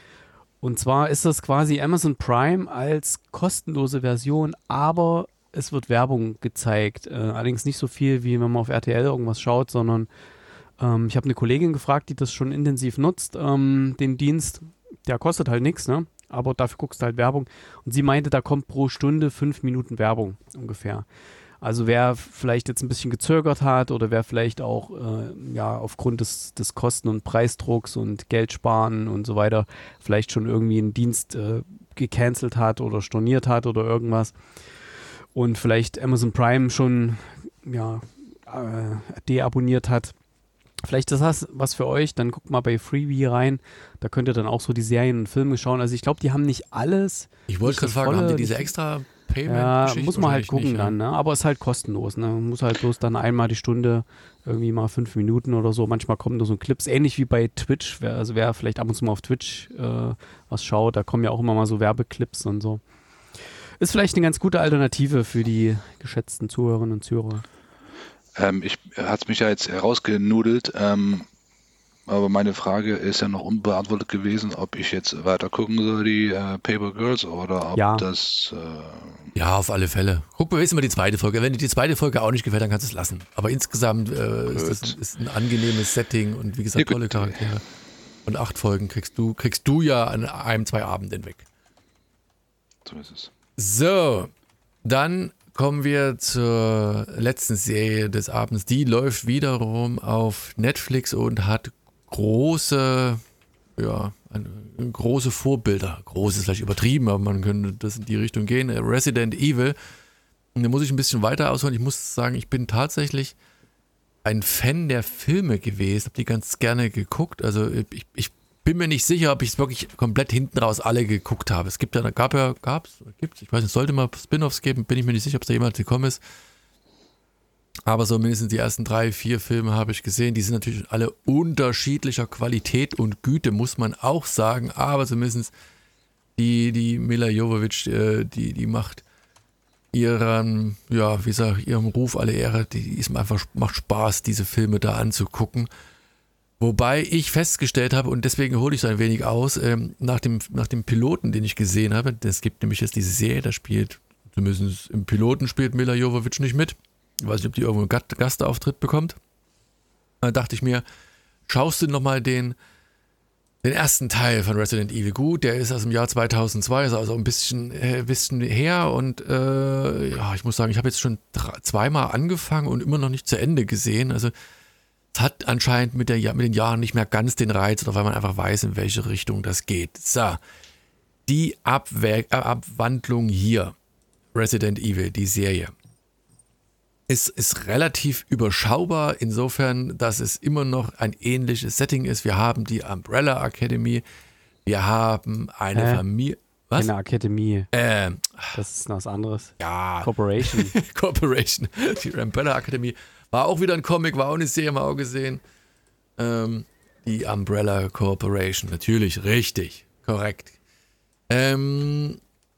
Und zwar ist das quasi Amazon Prime als kostenlose Version, aber es wird Werbung gezeigt. Äh, allerdings nicht so viel, wie wenn man auf R T L irgendwas schaut, sondern ähm, ich habe eine Kollegin gefragt, die das schon intensiv nutzt, ähm, den Dienst. Der kostet halt nichts, ne? Aber dafür guckst du halt Werbung. Und sie meinte, da kommt pro Stunde fünf Minuten Werbung ungefähr. Also wer vielleicht jetzt ein bisschen gezögert hat oder wer vielleicht auch äh, ja aufgrund des, des Kosten- und Preisdrucks und Geld sparen und so weiter vielleicht schon irgendwie einen Dienst äh, gecancelt hat oder storniert hat oder irgendwas und vielleicht Amazon Prime schon ja äh, deabonniert hat. Vielleicht ist das was für euch, dann guckt mal bei Freebie rein, da könnt ihr dann auch so die Serien und Filme schauen. Also ich glaube, die haben nicht alles. Ich wollte Nicht gerade so fragen, haben die volle, diese nicht- extra Payment? Ja, muss man halt gucken dann, ne? Aber ist halt kostenlos, ne? Man muss halt bloß dann einmal die Stunde, irgendwie mal fünf Minuten oder so. Manchmal kommen da so Clips, ähnlich wie bei Twitch. Wer, also wer vielleicht ab und zu mal auf Twitch äh, was schaut, da kommen ja auch immer mal so Werbeclips und so. Ist vielleicht eine ganz gute Alternative für die geschätzten Zuhörerinnen und Zuhörer. Ähm, ich hat es mich ja jetzt herausgenudelt, ähm, aber meine Frage ist ja noch unbeantwortet gewesen, ob ich jetzt weiter gucken soll, die äh, Paper Girls, oder ob Ja. das... Äh, Ja, auf alle Fälle. Guck mal, ist immer die zweite Folge. Wenn dir die zweite Folge auch nicht gefällt, dann kannst du es lassen. Aber insgesamt äh, ist das Gut. ist ein angenehmes Setting und wie gesagt, Ja, gut. tolle Charaktere. Und acht Folgen kriegst du, kriegst du ja an einem, zwei Abenden weg. so ist es. So, Dann kommen wir zur letzten Serie des Abends. Die läuft wiederum auf Netflix und hat große, ja, große Vorbilder. Groß ist vielleicht übertrieben, aber man könnte das in die Richtung gehen. Resident Evil. Und da muss ich ein bisschen weiter ausholen. Ich muss sagen, ich bin tatsächlich ein Fan der Filme gewesen, habe die ganz gerne geguckt. Also ich, ich bin mir nicht sicher, ob ich es wirklich komplett hinten raus alle geguckt habe. Es gibt ja, gab ja, gab's, gibt's, ich weiß nicht, es sollte mal Spin-offs geben, bin ich mir nicht sicher, ob es da jemals gekommen ist. Aber so mindestens die ersten drei, vier Filme habe ich gesehen. Die sind natürlich alle unterschiedlicher Qualität und Güte, muss man auch sagen. Aber zumindest die, die Milla Jovovich, die, die macht ihren, ja, wie sag ich, ihrem Ruf alle Ehre. Die ist mir einfach, macht Spaß, diese Filme da anzugucken. Wobei ich festgestellt habe, und deswegen hole ich so ein wenig aus, ähm, nach, dem, nach dem Piloten, den ich gesehen habe, es gibt nämlich jetzt diese Serie, da spielt, zumindest im Piloten spielt Milla Jovovich nicht mit. Ich weiß nicht, ob die irgendwo einen Gastauftritt bekommt. Da dachte ich mir, schaust du nochmal den, den ersten Teil von Resident Evil. Gut, der ist aus dem Jahr zweitausendzwei, ist also ein bisschen, äh, bisschen her und äh, ja, ich muss sagen, ich habe jetzt schon drei, zweimal angefangen und immer noch nicht zu Ende gesehen. Also es hat anscheinend mit, der, mit den Jahren nicht mehr ganz den Reiz, oder weil man einfach weiß, in welche Richtung das geht. So, die Abwe- äh, Abwandlung hier, Resident Evil, die Serie, ist, ist relativ überschaubar, insofern, dass es immer noch ein ähnliches Setting ist. Wir haben die Umbrella Academy, wir haben eine Hä? Familie. Was? Eine Akademie. Ähm, Das ist noch was anderes. ja, Corporation. Corporation. Die Umbrella Academy war auch wieder ein Comic, war auch eine Serie, haben wir auch gesehen. Ähm, die Umbrella Corporation, natürlich, richtig, korrekt. Ähm,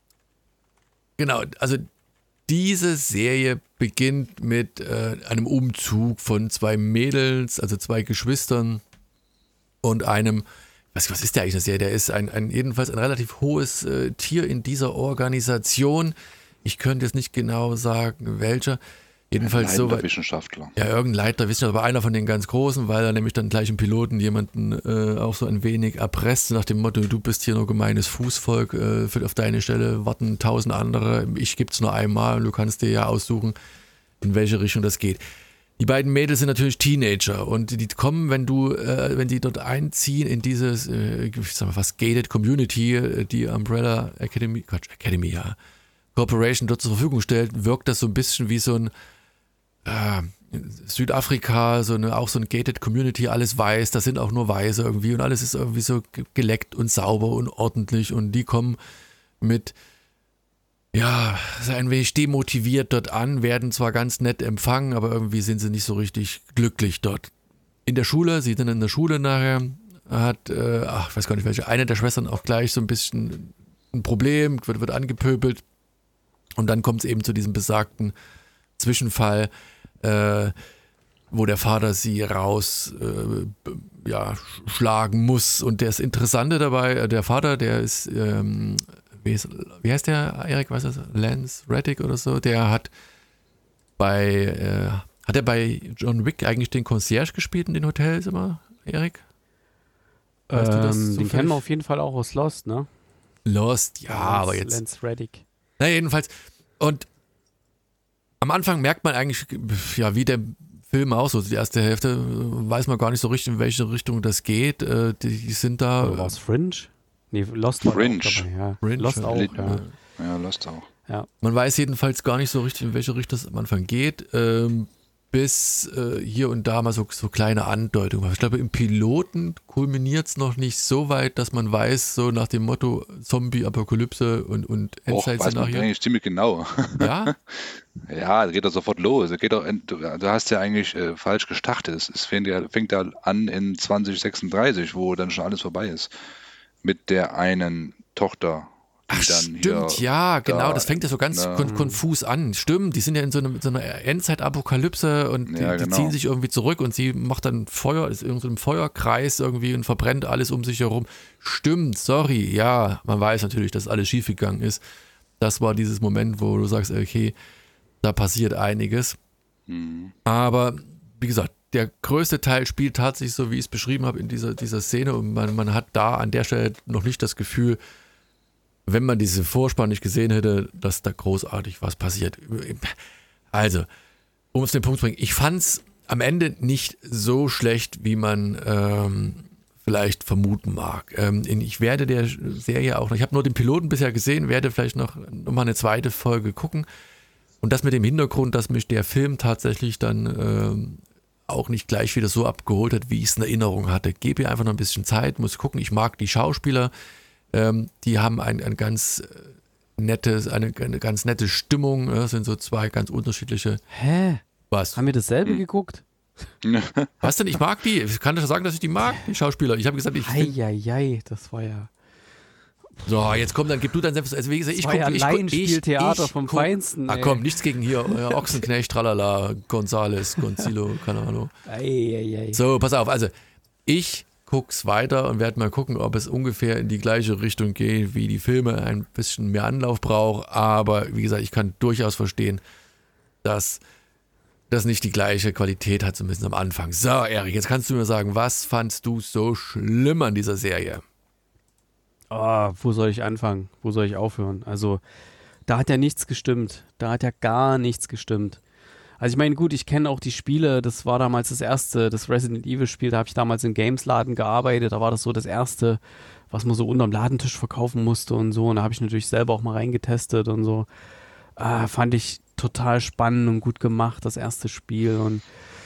genau, also diese Serie beginnt mit äh, einem Umzug von zwei Mädels, also zwei Geschwistern und einem, was, was ist der eigentlich, eine Serie? Der ist ein, ein jedenfalls ein relativ hohes äh, Tier in dieser Organisation. Ich könnte jetzt nicht genau sagen, welcher. Jedenfalls so weit. Wissenschaftler. Ja, irgendein Leiter Wissenschaftler, aber einer von den ganz Großen, weil er nämlich dann gleich im Piloten jemanden äh, auch so ein wenig erpresst, nach dem Motto, du bist hier nur gemeines Fußvolk, äh, für, auf deine Stelle warten tausend andere, ich gibt's nur einmal und du kannst dir ja aussuchen, in welche Richtung das geht. Die beiden Mädels sind natürlich Teenager und die kommen, wenn du, äh, wenn die dort einziehen in dieses, äh, ich sag mal fast gated Community, äh, die Umbrella Academy, Quatsch, Academy, ja, Corporation dort zur Verfügung stellt, wirkt das so ein bisschen wie so ein äh, Südafrika, so eine, auch so ein gated Community, alles weiß, da sind auch nur Weiße irgendwie und alles ist irgendwie so geleckt und sauber und ordentlich und die kommen mit, ja, ein wenig demotiviert dort an, werden zwar ganz nett empfangen, aber irgendwie sind sie nicht so richtig glücklich dort. In der Schule, sie sind in der Schule nachher, hat, äh, ach, ich weiß gar nicht welche, eine der Schwestern auch gleich so ein bisschen ein Problem, wird, wird angepöbelt und dann kommt es eben zu diesem besagten Zwischenfall, äh, wo der Vater sie raus äh, ja, schlagen muss. Und das Interessante dabei, der Vater, der ist, ähm, wie, ist wie heißt der, Erik, was ist das? Lance Reddick oder so, der hat bei, äh, hat er bei John Wick eigentlich den Concierge gespielt in den Hotels immer, Erik? Weißt ähm, du das den zufällig? kennen wir auf jeden Fall auch aus Lost, ne? Lost, ja, Lance, aber jetzt. Lance Reddick. Na, jedenfalls. Und am Anfang merkt man eigentlich, ja, wie der Film auch so, die erste Hälfte weiß man gar nicht so richtig, in welche Richtung das geht. Äh, die, die sind da. Oder war es Fringe? Nee, Lost war Fringe. auch dabei, ja. Fringe, Lost ja. auch, Lit- ja. Ja, Lost auch. ja. Man weiß jedenfalls gar nicht so richtig, in welche Richtung das am Anfang geht, ähm, bis äh, hier und da mal so, so kleine Andeutungen. Ich glaube, im Piloten kulminiert es noch nicht so weit, dass man weiß, so nach dem Motto Zombie-Apokalypse und, und Och, weiß man Endzeit-Szenario. eigentlich ziemlich genau. Ja? Ja, da geht doch sofort los. Da geht doch, du, du hast ja eigentlich äh, falsch gestartet. Es, es fängt ja, fängt ja an in zwanzig sechsunddreißig, wo dann schon alles vorbei ist. Mit der einen Tochter, die Ach, dann stimmt, hier. ja, genau, da- das fängt ja so ganz na. kon- konfus an. Stimmt, die sind ja in so, einem, so einer Endzeit-Apokalypse und die, Ja, die genau. ziehen sich irgendwie zurück und sie macht dann Feuer, ist in so einem Feuerkreis irgendwie und verbrennt alles um sich herum. Stimmt, sorry, ja, man weiß natürlich, dass alles schiefgegangen ist. Das war dieses Moment, wo du sagst, okay, da passiert einiges. Mhm. Aber wie gesagt, der größte Teil spielt tatsächlich so, wie ich es beschrieben habe, in dieser, dieser Szene und man, man hat da an der Stelle noch nicht das Gefühl, wenn man diese Vorspann nicht gesehen hätte, dass da großartig was passiert. Also, um es den Punkt zu bringen, ich fand es am Ende nicht so schlecht, wie man ähm, vielleicht vermuten mag. Ähm, ich werde der Serie auch noch, ich habe nur den Piloten bisher gesehen, werde vielleicht noch, noch mal eine zweite Folge gucken. Und das mit dem Hintergrund, dass mich der Film tatsächlich dann ähm, auch nicht gleich wieder so abgeholt hat, wie ich es in Erinnerung hatte. Gebe ihr einfach noch ein bisschen Zeit, muss gucken. Ich mag die Schauspieler, ähm, die haben ein, ein ganz nettes, eine, eine ganz nette Stimmung. Das sind so zwei ganz unterschiedliche. Hä? Was? Haben wir dasselbe hm. geguckt? Was denn? Ich mag die. Ich kann doch sagen, dass ich die mag, die Schauspieler. Ich habe gesagt, ich. Eieiei, das war ja. So, jetzt komm, dann gib du dein Senf. Also wie gesagt, ich gucke. Ja ich Laienspieltheater vom guck, Feinsten. Ach komm, nichts gegen hier. Euer Ochsenknecht, Tralala, Gonzales, Gonzilo, keine Ahnung. Eieiei. So, pass auf. Also, ich guck's weiter und werde mal gucken, ob es ungefähr in die gleiche Richtung geht, wie die Filme, ein bisschen mehr Anlauf braucht. Aber wie gesagt, ich kann durchaus verstehen, dass das nicht die gleiche Qualität hat, zumindest am Anfang. So, Erik, jetzt kannst du mir sagen, was fandst du so schlimm an dieser Serie? Oh, wo soll ich anfangen? Wo soll ich aufhören? Also, da hat ja nichts gestimmt. Da hat ja gar nichts gestimmt. Also ich meine, gut, ich kenne auch die Spiele, das war damals das erste, das Resident Evil Spiel, da habe ich damals im Games-Laden gearbeitet, da war das so das erste, was man so unterm Ladentisch verkaufen musste und so, und da habe ich natürlich selber auch mal reingetestet und so. Ah, fand ich total spannend und gut gemacht, das erste Spiel, und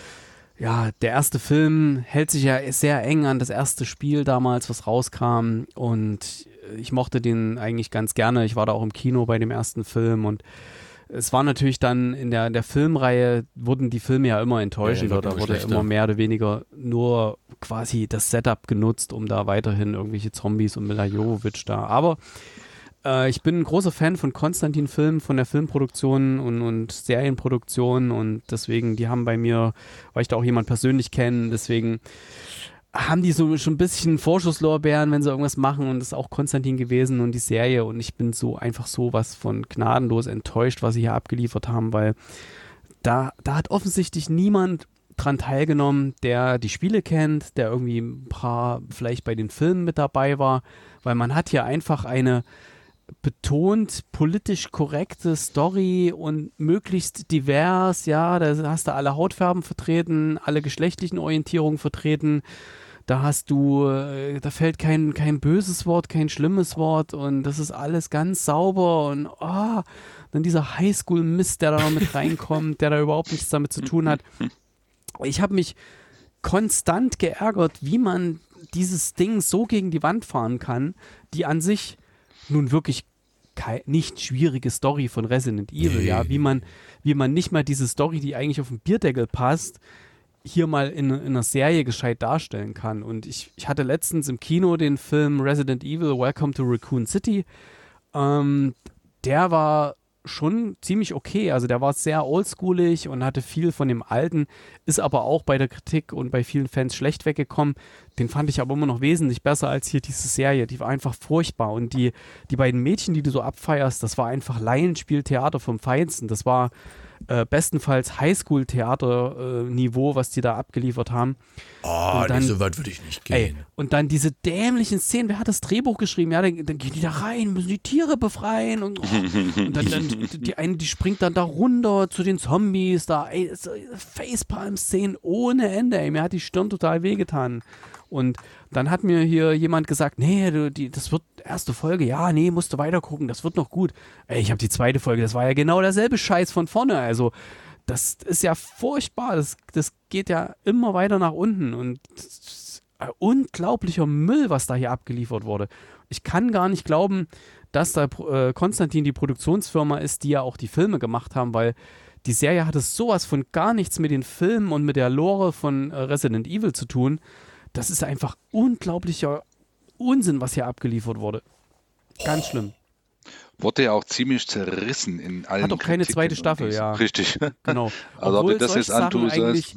ja, der erste Film hält sich ja sehr eng an das erste Spiel damals, was rauskam, und ich mochte den eigentlich ganz gerne. Ich war da auch im Kino bei dem ersten Film, und es war natürlich dann in der, in der Filmreihe, wurden die Filme ja immer enttäuschender, ja, da wurde schlechter. Immer mehr oder weniger nur quasi das Setup genutzt, um da weiterhin irgendwelche Zombies und Mila Jovovich da, aber äh, ich bin ein großer Fan von Konstantin-Filmen, von der Filmproduktion und, und Serienproduktion, und deswegen, die haben bei mir, weil ich da auch jemanden persönlich kenne, deswegen haben die so schon ein bisschen Vorschusslorbeeren, wenn sie irgendwas machen, und das ist auch Konstantin gewesen und die Serie, und ich bin so einfach sowas von gnadenlos enttäuscht, was sie hier abgeliefert haben, weil da, da hat offensichtlich niemand dran teilgenommen, der die Spiele kennt, der irgendwie ein paar vielleicht bei den Filmen mit dabei war, weil man hat hier einfach eine betont politisch korrekte Story und möglichst divers, ja, da hast du alle Hautfarben vertreten, alle geschlechtlichen Orientierungen vertreten, da hast du, da fällt kein, kein böses Wort, kein schlimmes Wort, und das ist alles ganz sauber, und oh, dann dieser Highschool-Mist, der da noch mit reinkommt, der da überhaupt nichts damit zu tun hat. Ich habe mich konstant geärgert, wie man dieses Ding so gegen die Wand fahren kann, die an sich nun wirklich kei- nicht schwierige Story von Resident Evil, nee. ja, wie man, wie man nicht mal diese Story, die eigentlich auf den Bierdeckel passt, hier mal in, in einer Serie gescheit darstellen kann. Und ich, ich hatte letztens im Kino den Film Resident Evil Welcome to Raccoon City. Ähm, der war schon ziemlich okay, also der war sehr oldschoolig und hatte viel von dem Alten, ist aber auch bei der Kritik und bei vielen Fans schlecht weggekommen. Den fand ich aber immer noch wesentlich besser als hier diese Serie, die war einfach furchtbar, und die, die beiden Mädchen, die du so abfeierst, das war einfach Laienspieltheater vom Feinsten, das war äh, bestenfalls Highschool-Theater-Niveau, äh, was die da abgeliefert haben. Oh, dann, nicht so weit würde ich nicht gehen. Ey, und dann diese dämlichen Szenen, wer hat das Drehbuch geschrieben? Ja, dann, dann gehen die da rein, müssen die Tiere befreien, und, oh, und dann, dann die, die eine, die springt dann da runter zu den Zombies, da, ey, so Facepalm-Szenen ohne Ende, ey, mir hat die Stirn total wehgetan. Und dann hat mir hier jemand gesagt, nee, du, die, das wird erste Folge, ja, nee, musst du weiter gucken, das wird noch gut. Ey, ich habe die zweite Folge, das war ja genau derselbe Scheiß von vorne, also das ist ja furchtbar, das, das geht ja immer weiter nach unten, und das ist ein unglaublicher Müll, was da hier abgeliefert wurde. Ich kann gar nicht glauben, dass da äh, Konstantin die Produktionsfirma ist, die ja auch die Filme gemacht haben, weil die Serie hatte sowas von gar nichts mit den Filmen und mit der Lore von äh, Resident Evil zu tun. Das ist einfach unglaublicher Unsinn, was hier abgeliefert wurde. Ganz schlimm. Wurde ja auch ziemlich zerrissen in allen Hat auch keine Kritiken zweite Staffel, ja. Richtig. Genau. Also Obwohl ob du das jetzt antust, eigentlich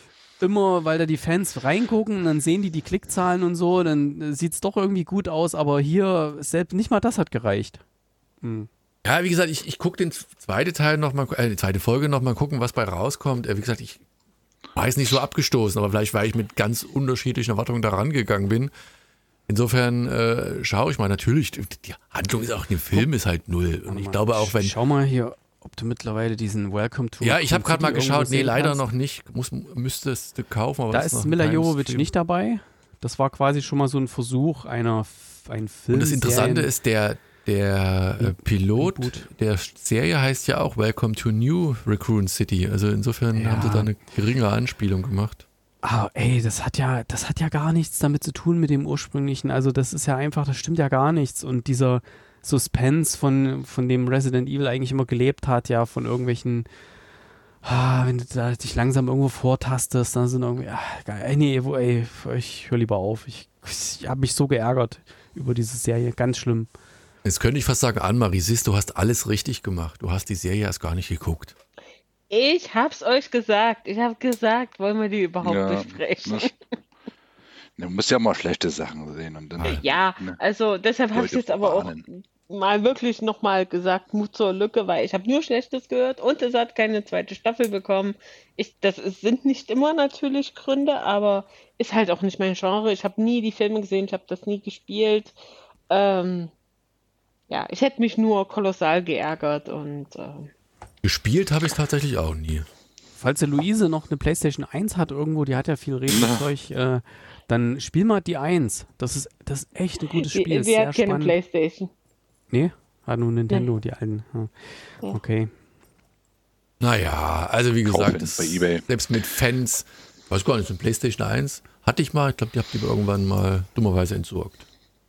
immer, weil da die Fans reingucken, dann sehen die die Klickzahlen und so, dann sieht es doch irgendwie gut aus, aber hier selbst nicht mal das hat gereicht. Hm. Ja, wie gesagt, ich, ich gucke den zweiten Teil nochmal, äh, die zweite Folge nochmal gucken, was bei rauskommt. Äh, wie gesagt, ich war jetzt nicht so abgestoßen, aber vielleicht, weil ich mit ganz unterschiedlichen Erwartungen da rangegangen bin. insofern äh, schaue ich mal. Natürlich, die Handlung ist auch in dem Film ist halt null. Und ich glaube auch, wenn... Schau mal hier, ob du mittlerweile diesen Welcome to... Ja, ich habe gerade mal geschaut. Nee, leider kannst. noch nicht. Muss, müsstest du kaufen. Aber Da das ist noch ein Mila kleines Jovovich Film. nicht dabei. Das war quasi schon mal so ein Versuch einer ein Film. Und das Interessante ist, der, der äh, Pilot Reboot. der Serie heißt ja auch Welcome to New Raccoon City. Also insofern Ja. haben sie da eine geringere Anspielung gemacht. Ah, ey, das hat ja, das hat ja gar nichts damit zu tun mit dem ursprünglichen. Also das ist ja einfach, das stimmt ja gar nichts. Und dieser Suspense, von, von dem Resident Evil eigentlich immer gelebt hat, ja, von irgendwelchen, ah, wenn du da dich langsam irgendwo vortastest, dann sind irgendwie, ah, geil. Ey, nee, wo, ey, ich höre lieber auf. Ich, ich habe mich so geärgert über diese Serie, ganz schlimm. Jetzt könnte ich fast sagen, Anne-Marie, siehst du, hast alles richtig gemacht. Du hast die Serie erst gar nicht geguckt. Ich hab's euch gesagt. Ich habe gesagt, wollen wir die überhaupt Ja, besprechen? das- Du musst ja mal schlechte Sachen sehen und dann. Ja, ne, also deshalb habe ich Leute jetzt aber auch warnen. mal wirklich nochmal gesagt, Mut zur Lücke, weil ich habe nur Schlechtes gehört und es hat keine zweite Staffel bekommen. Ich, das ist, sind nicht immer natürlich Gründe, aber ist halt auch nicht mein Genre. Ich habe nie die Filme gesehen, ich habe das nie gespielt. Ähm, ja, ich hätte mich nur kolossal geärgert und ähm, Gespielt habe ich es tatsächlich auch nie. Falls der Luise noch eine PlayStation eins hat irgendwo, die hat ja viel Retro-Zeug, äh, dann spiel mal die eins. Das ist, das ist echt ein gutes sie, Spiel. ist sie sehr hat keine spannend. Playstation. Nee, hat nur Nintendo, die alten. Ja. Ja. Okay. Naja, also wie gesagt, Kaufen das, bei eBay. selbst mit Fans, weiß gar nicht, eine PlayStation eins hatte ich mal, ich glaube, die habt ihr irgendwann mal dummerweise entsorgt.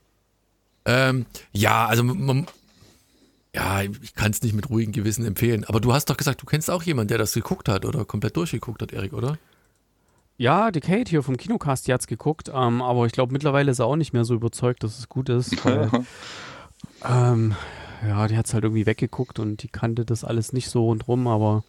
Ähm, ja, also man, ja, ich kann es nicht mit ruhigem Gewissen empfehlen, aber du hast doch gesagt, du kennst auch jemanden, der das geguckt hat oder komplett durchgeguckt hat, Erik, oder? Ja, die Kate hier vom Kinocast, die hat's geguckt, ähm, aber ich glaube, mittlerweile ist er auch nicht mehr so überzeugt, dass es gut ist. Weil, ähm, ja, die hat's halt irgendwie weggeguckt und die kannte das alles nicht so rundrum, aber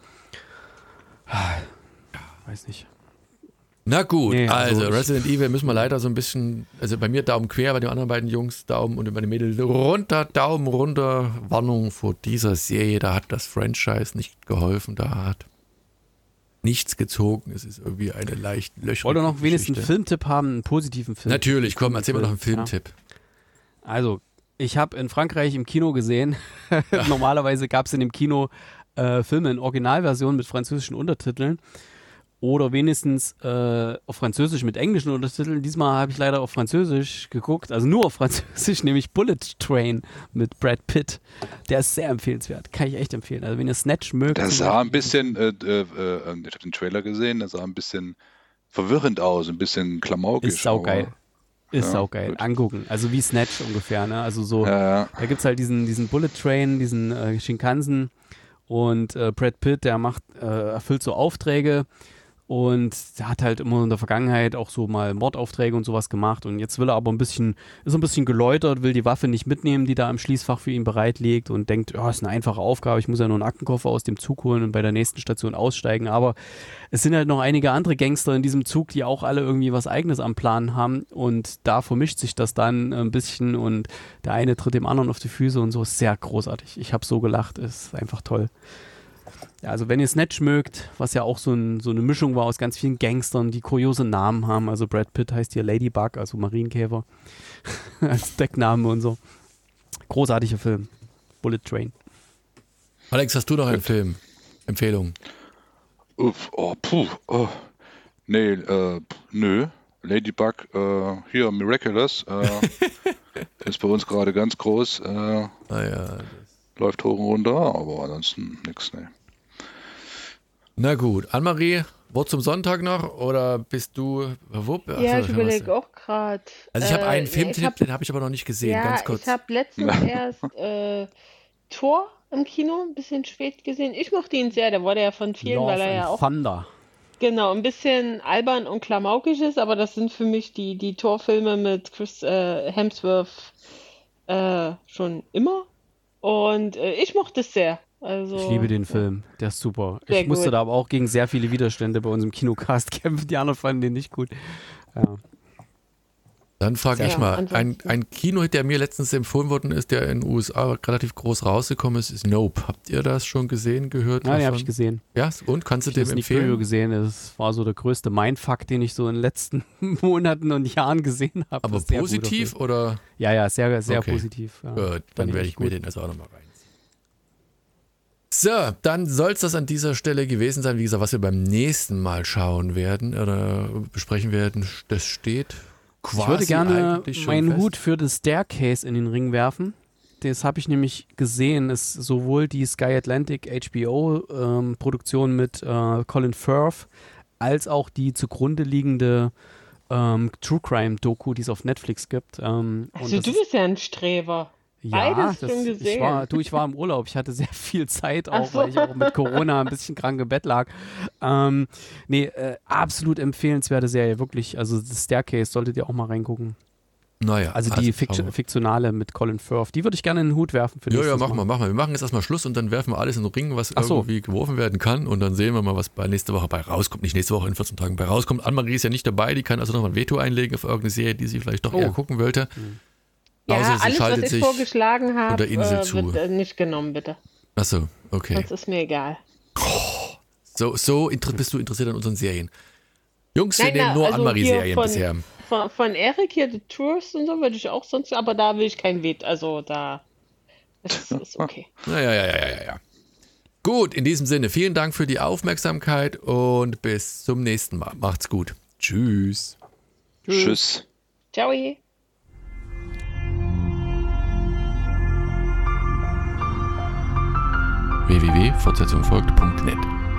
ah, weiß nicht. Na gut, Nee, also, also ich- Resident Evil müssen wir leider so ein bisschen, also bei mir Daumen quer, bei den anderen beiden Jungs Daumen und bei den Mädels runter, Daumen runter. Warnung vor dieser Serie, da hat das Franchise nicht geholfen, da hat nichts gezogen, es ist irgendwie eine leicht löchrige Wollt ihr noch wenigstens einen Geschichte. Filmtipp haben, einen positiven Film? Natürlich, komm, erzähl mir noch einen Ja. Filmtipp. Also, ich habe in Frankreich im Kino gesehen, normalerweise gab es in dem Kino äh, Filme in Originalversion mit französischen Untertiteln oder wenigstens äh, auf Französisch mit englischen Untertiteln. Diesmal habe ich leider auf Französisch geguckt, also nur auf Französisch, nämlich Bullet Train mit Brad Pitt. Der ist sehr empfehlenswert, kann ich echt empfehlen. Also wenn ihr Snatch mögt. Der zum sah ein Beispiel- bisschen, äh, äh, äh, ich habe den Trailer gesehen, der sah ein bisschen verwirrend aus, ein bisschen klamaukisch. Ist saugeil. aber- Ist Ja, saugeil. gut. Angucken. Also wie Snatch ungefähr, ne? Also so. Ja, ja. Da gibt es halt diesen, diesen Bullet Train, diesen äh, Shinkansen und äh, Brad Pitt, der macht, äh, erfüllt so Aufträge und der hat halt immer in der Vergangenheit auch so mal Mordaufträge und sowas gemacht und jetzt will er aber ein bisschen, ist ein bisschen geläutert, will die Waffe nicht mitnehmen, die da im Schließfach für ihn bereit liegt und denkt, ja, ist eine einfache Aufgabe, ich muss ja nur einen Aktenkoffer aus dem Zug holen und bei der nächsten Station aussteigen, aber es sind halt noch einige andere Gangster in diesem Zug, die auch alle irgendwie was Eigenes am Plan haben und da vermischt sich das dann ein bisschen und der eine tritt dem anderen auf die Füße und so, ist sehr großartig. Ich habe so gelacht, ist einfach toll. Ja, also wenn ihr Snatch mögt, was ja auch so, ein, so eine Mischung war aus ganz vielen Gangstern, die kuriose Namen haben, also Brad Pitt heißt hier Ladybug, also Marienkäfer, als Deckname und so. Großartiger Film. Bullet Train. Alex, hast du noch einen Film? Empfehlung? Uff, oh, puh, oh. Nee, äh, nö. Ladybug, äh, hier, Miraculous, äh, ist bei uns gerade ganz groß, äh, Naja, läuft hoch und runter, aber ansonsten nix, ne. na gut. Anne-Marie, Wort zum Sonntag noch oder bist du... Wupp? Achso, Ja, ich schon was- überlege auch gerade. Also ich habe einen äh, ich Filmtipp, hab, den habe ich aber noch nicht gesehen, ja, ganz kurz. ich habe letztens erst äh, Thor im Kino ein bisschen spät gesehen. Ich mochte ihn sehr, der wurde ja von vielen, Love weil er ja and auch Thunder. genau ein bisschen albern und klamaukig ist, aber das sind für mich die, die Thor-Filme mit Chris äh, Hemsworth äh, schon immer. Und äh, ich mochte es sehr. Also, Ich liebe den Film, der ist super. Sehr Ich musste gut. da aber auch gegen sehr viele Widerstände bei uns im Kinocast kämpfen, die anderen fanden den nicht gut. Ja. Dann frage ich Ja, mal, ansonsten- ein, ein Kinohit, der mir letztens empfohlen worden ist, der in den U S A relativ groß rausgekommen ist, ist Nope. Habt ihr das schon gesehen, gehört? Nein, den habe davon? ich gesehen. Ja, und kannst du Ich habe dem das Nick Fury empfehlen? gesehen. Das war so der größte Mindfuck, den ich so in den letzten Monaten und Jahren gesehen habe. Aber Das ist ein sehr positiv guter oder? Film. Ja, ja, sehr, sehr Okay. positiv. Ja. Gut, dann ich werde echt ich mir gut. den also auch nochmal reinziehen. So, dann soll es das an dieser Stelle gewesen sein. Wie gesagt, was wir beim nächsten Mal schauen werden oder besprechen werden, das steht quasi Ich würde gerne eigentlich schon meinen fest. Hut für das Staircase in den Ring werfen. Das habe ich nämlich gesehen. Ist sowohl die Sky Atlantic H B O-Produktion mit äh, Colin Firth als auch die zugrunde liegende ähm, True Crime-Doku, die es auf Netflix gibt. Ähm, und Also das du ist- bist ja ein Streber. Ja, Beides das, schon ich gesehen. war, du, ich war im Urlaub. Ich hatte sehr viel Zeit Ach auch, so. weil ich auch mit Corona ein bisschen krank im Bett lag. Ähm, nee, äh, absolut empfehlenswerte Serie, wirklich. Also das Staircase solltet ihr auch mal reingucken. Naja, Also die schauen Fiktio wir. fiktionale mit Colin Firth. Die würde ich gerne in den Hut werfen für Ja, ja, nächstes machen wir, Mal. machen wir. Wir machen jetzt erstmal Schluss und dann werfen wir alles in den Ring, was Ach so. irgendwie geworfen werden kann. Und dann sehen wir mal, was bei nächste Woche bei rauskommt. Nicht nächste Woche, in vierzehn Tagen bei rauskommt. Annemarie ist ja nicht dabei, die kann also nochmal ein Veto einlegen auf irgendeine Serie, die sie vielleicht doch Oh. eher gucken wollte. Ja, Außer sie alles, was schaltet ich sich vorgeschlagen habe, unter Insel äh, zu. wird äh, nicht genommen, bitte. Achso, okay. Sonst ist mir egal. So, so inter- bist du interessiert an unseren Serien. Jungs, wir Nein, nehmen na, nur also Annemarie-Serien hier von- bisher. Von, von Eric hier, The Tourist und so, würde ich auch sonst, aber da will ich kein Veto. Also da ist, ist okay. Ja, ja, ja, ja, ja, ja. Gut, in diesem Sinne, vielen Dank für die Aufmerksamkeit und bis zum nächsten Mal. Macht's gut. Tschüss. Tschüss. Ciao. w w w punkt fortsetzung folgt punkt net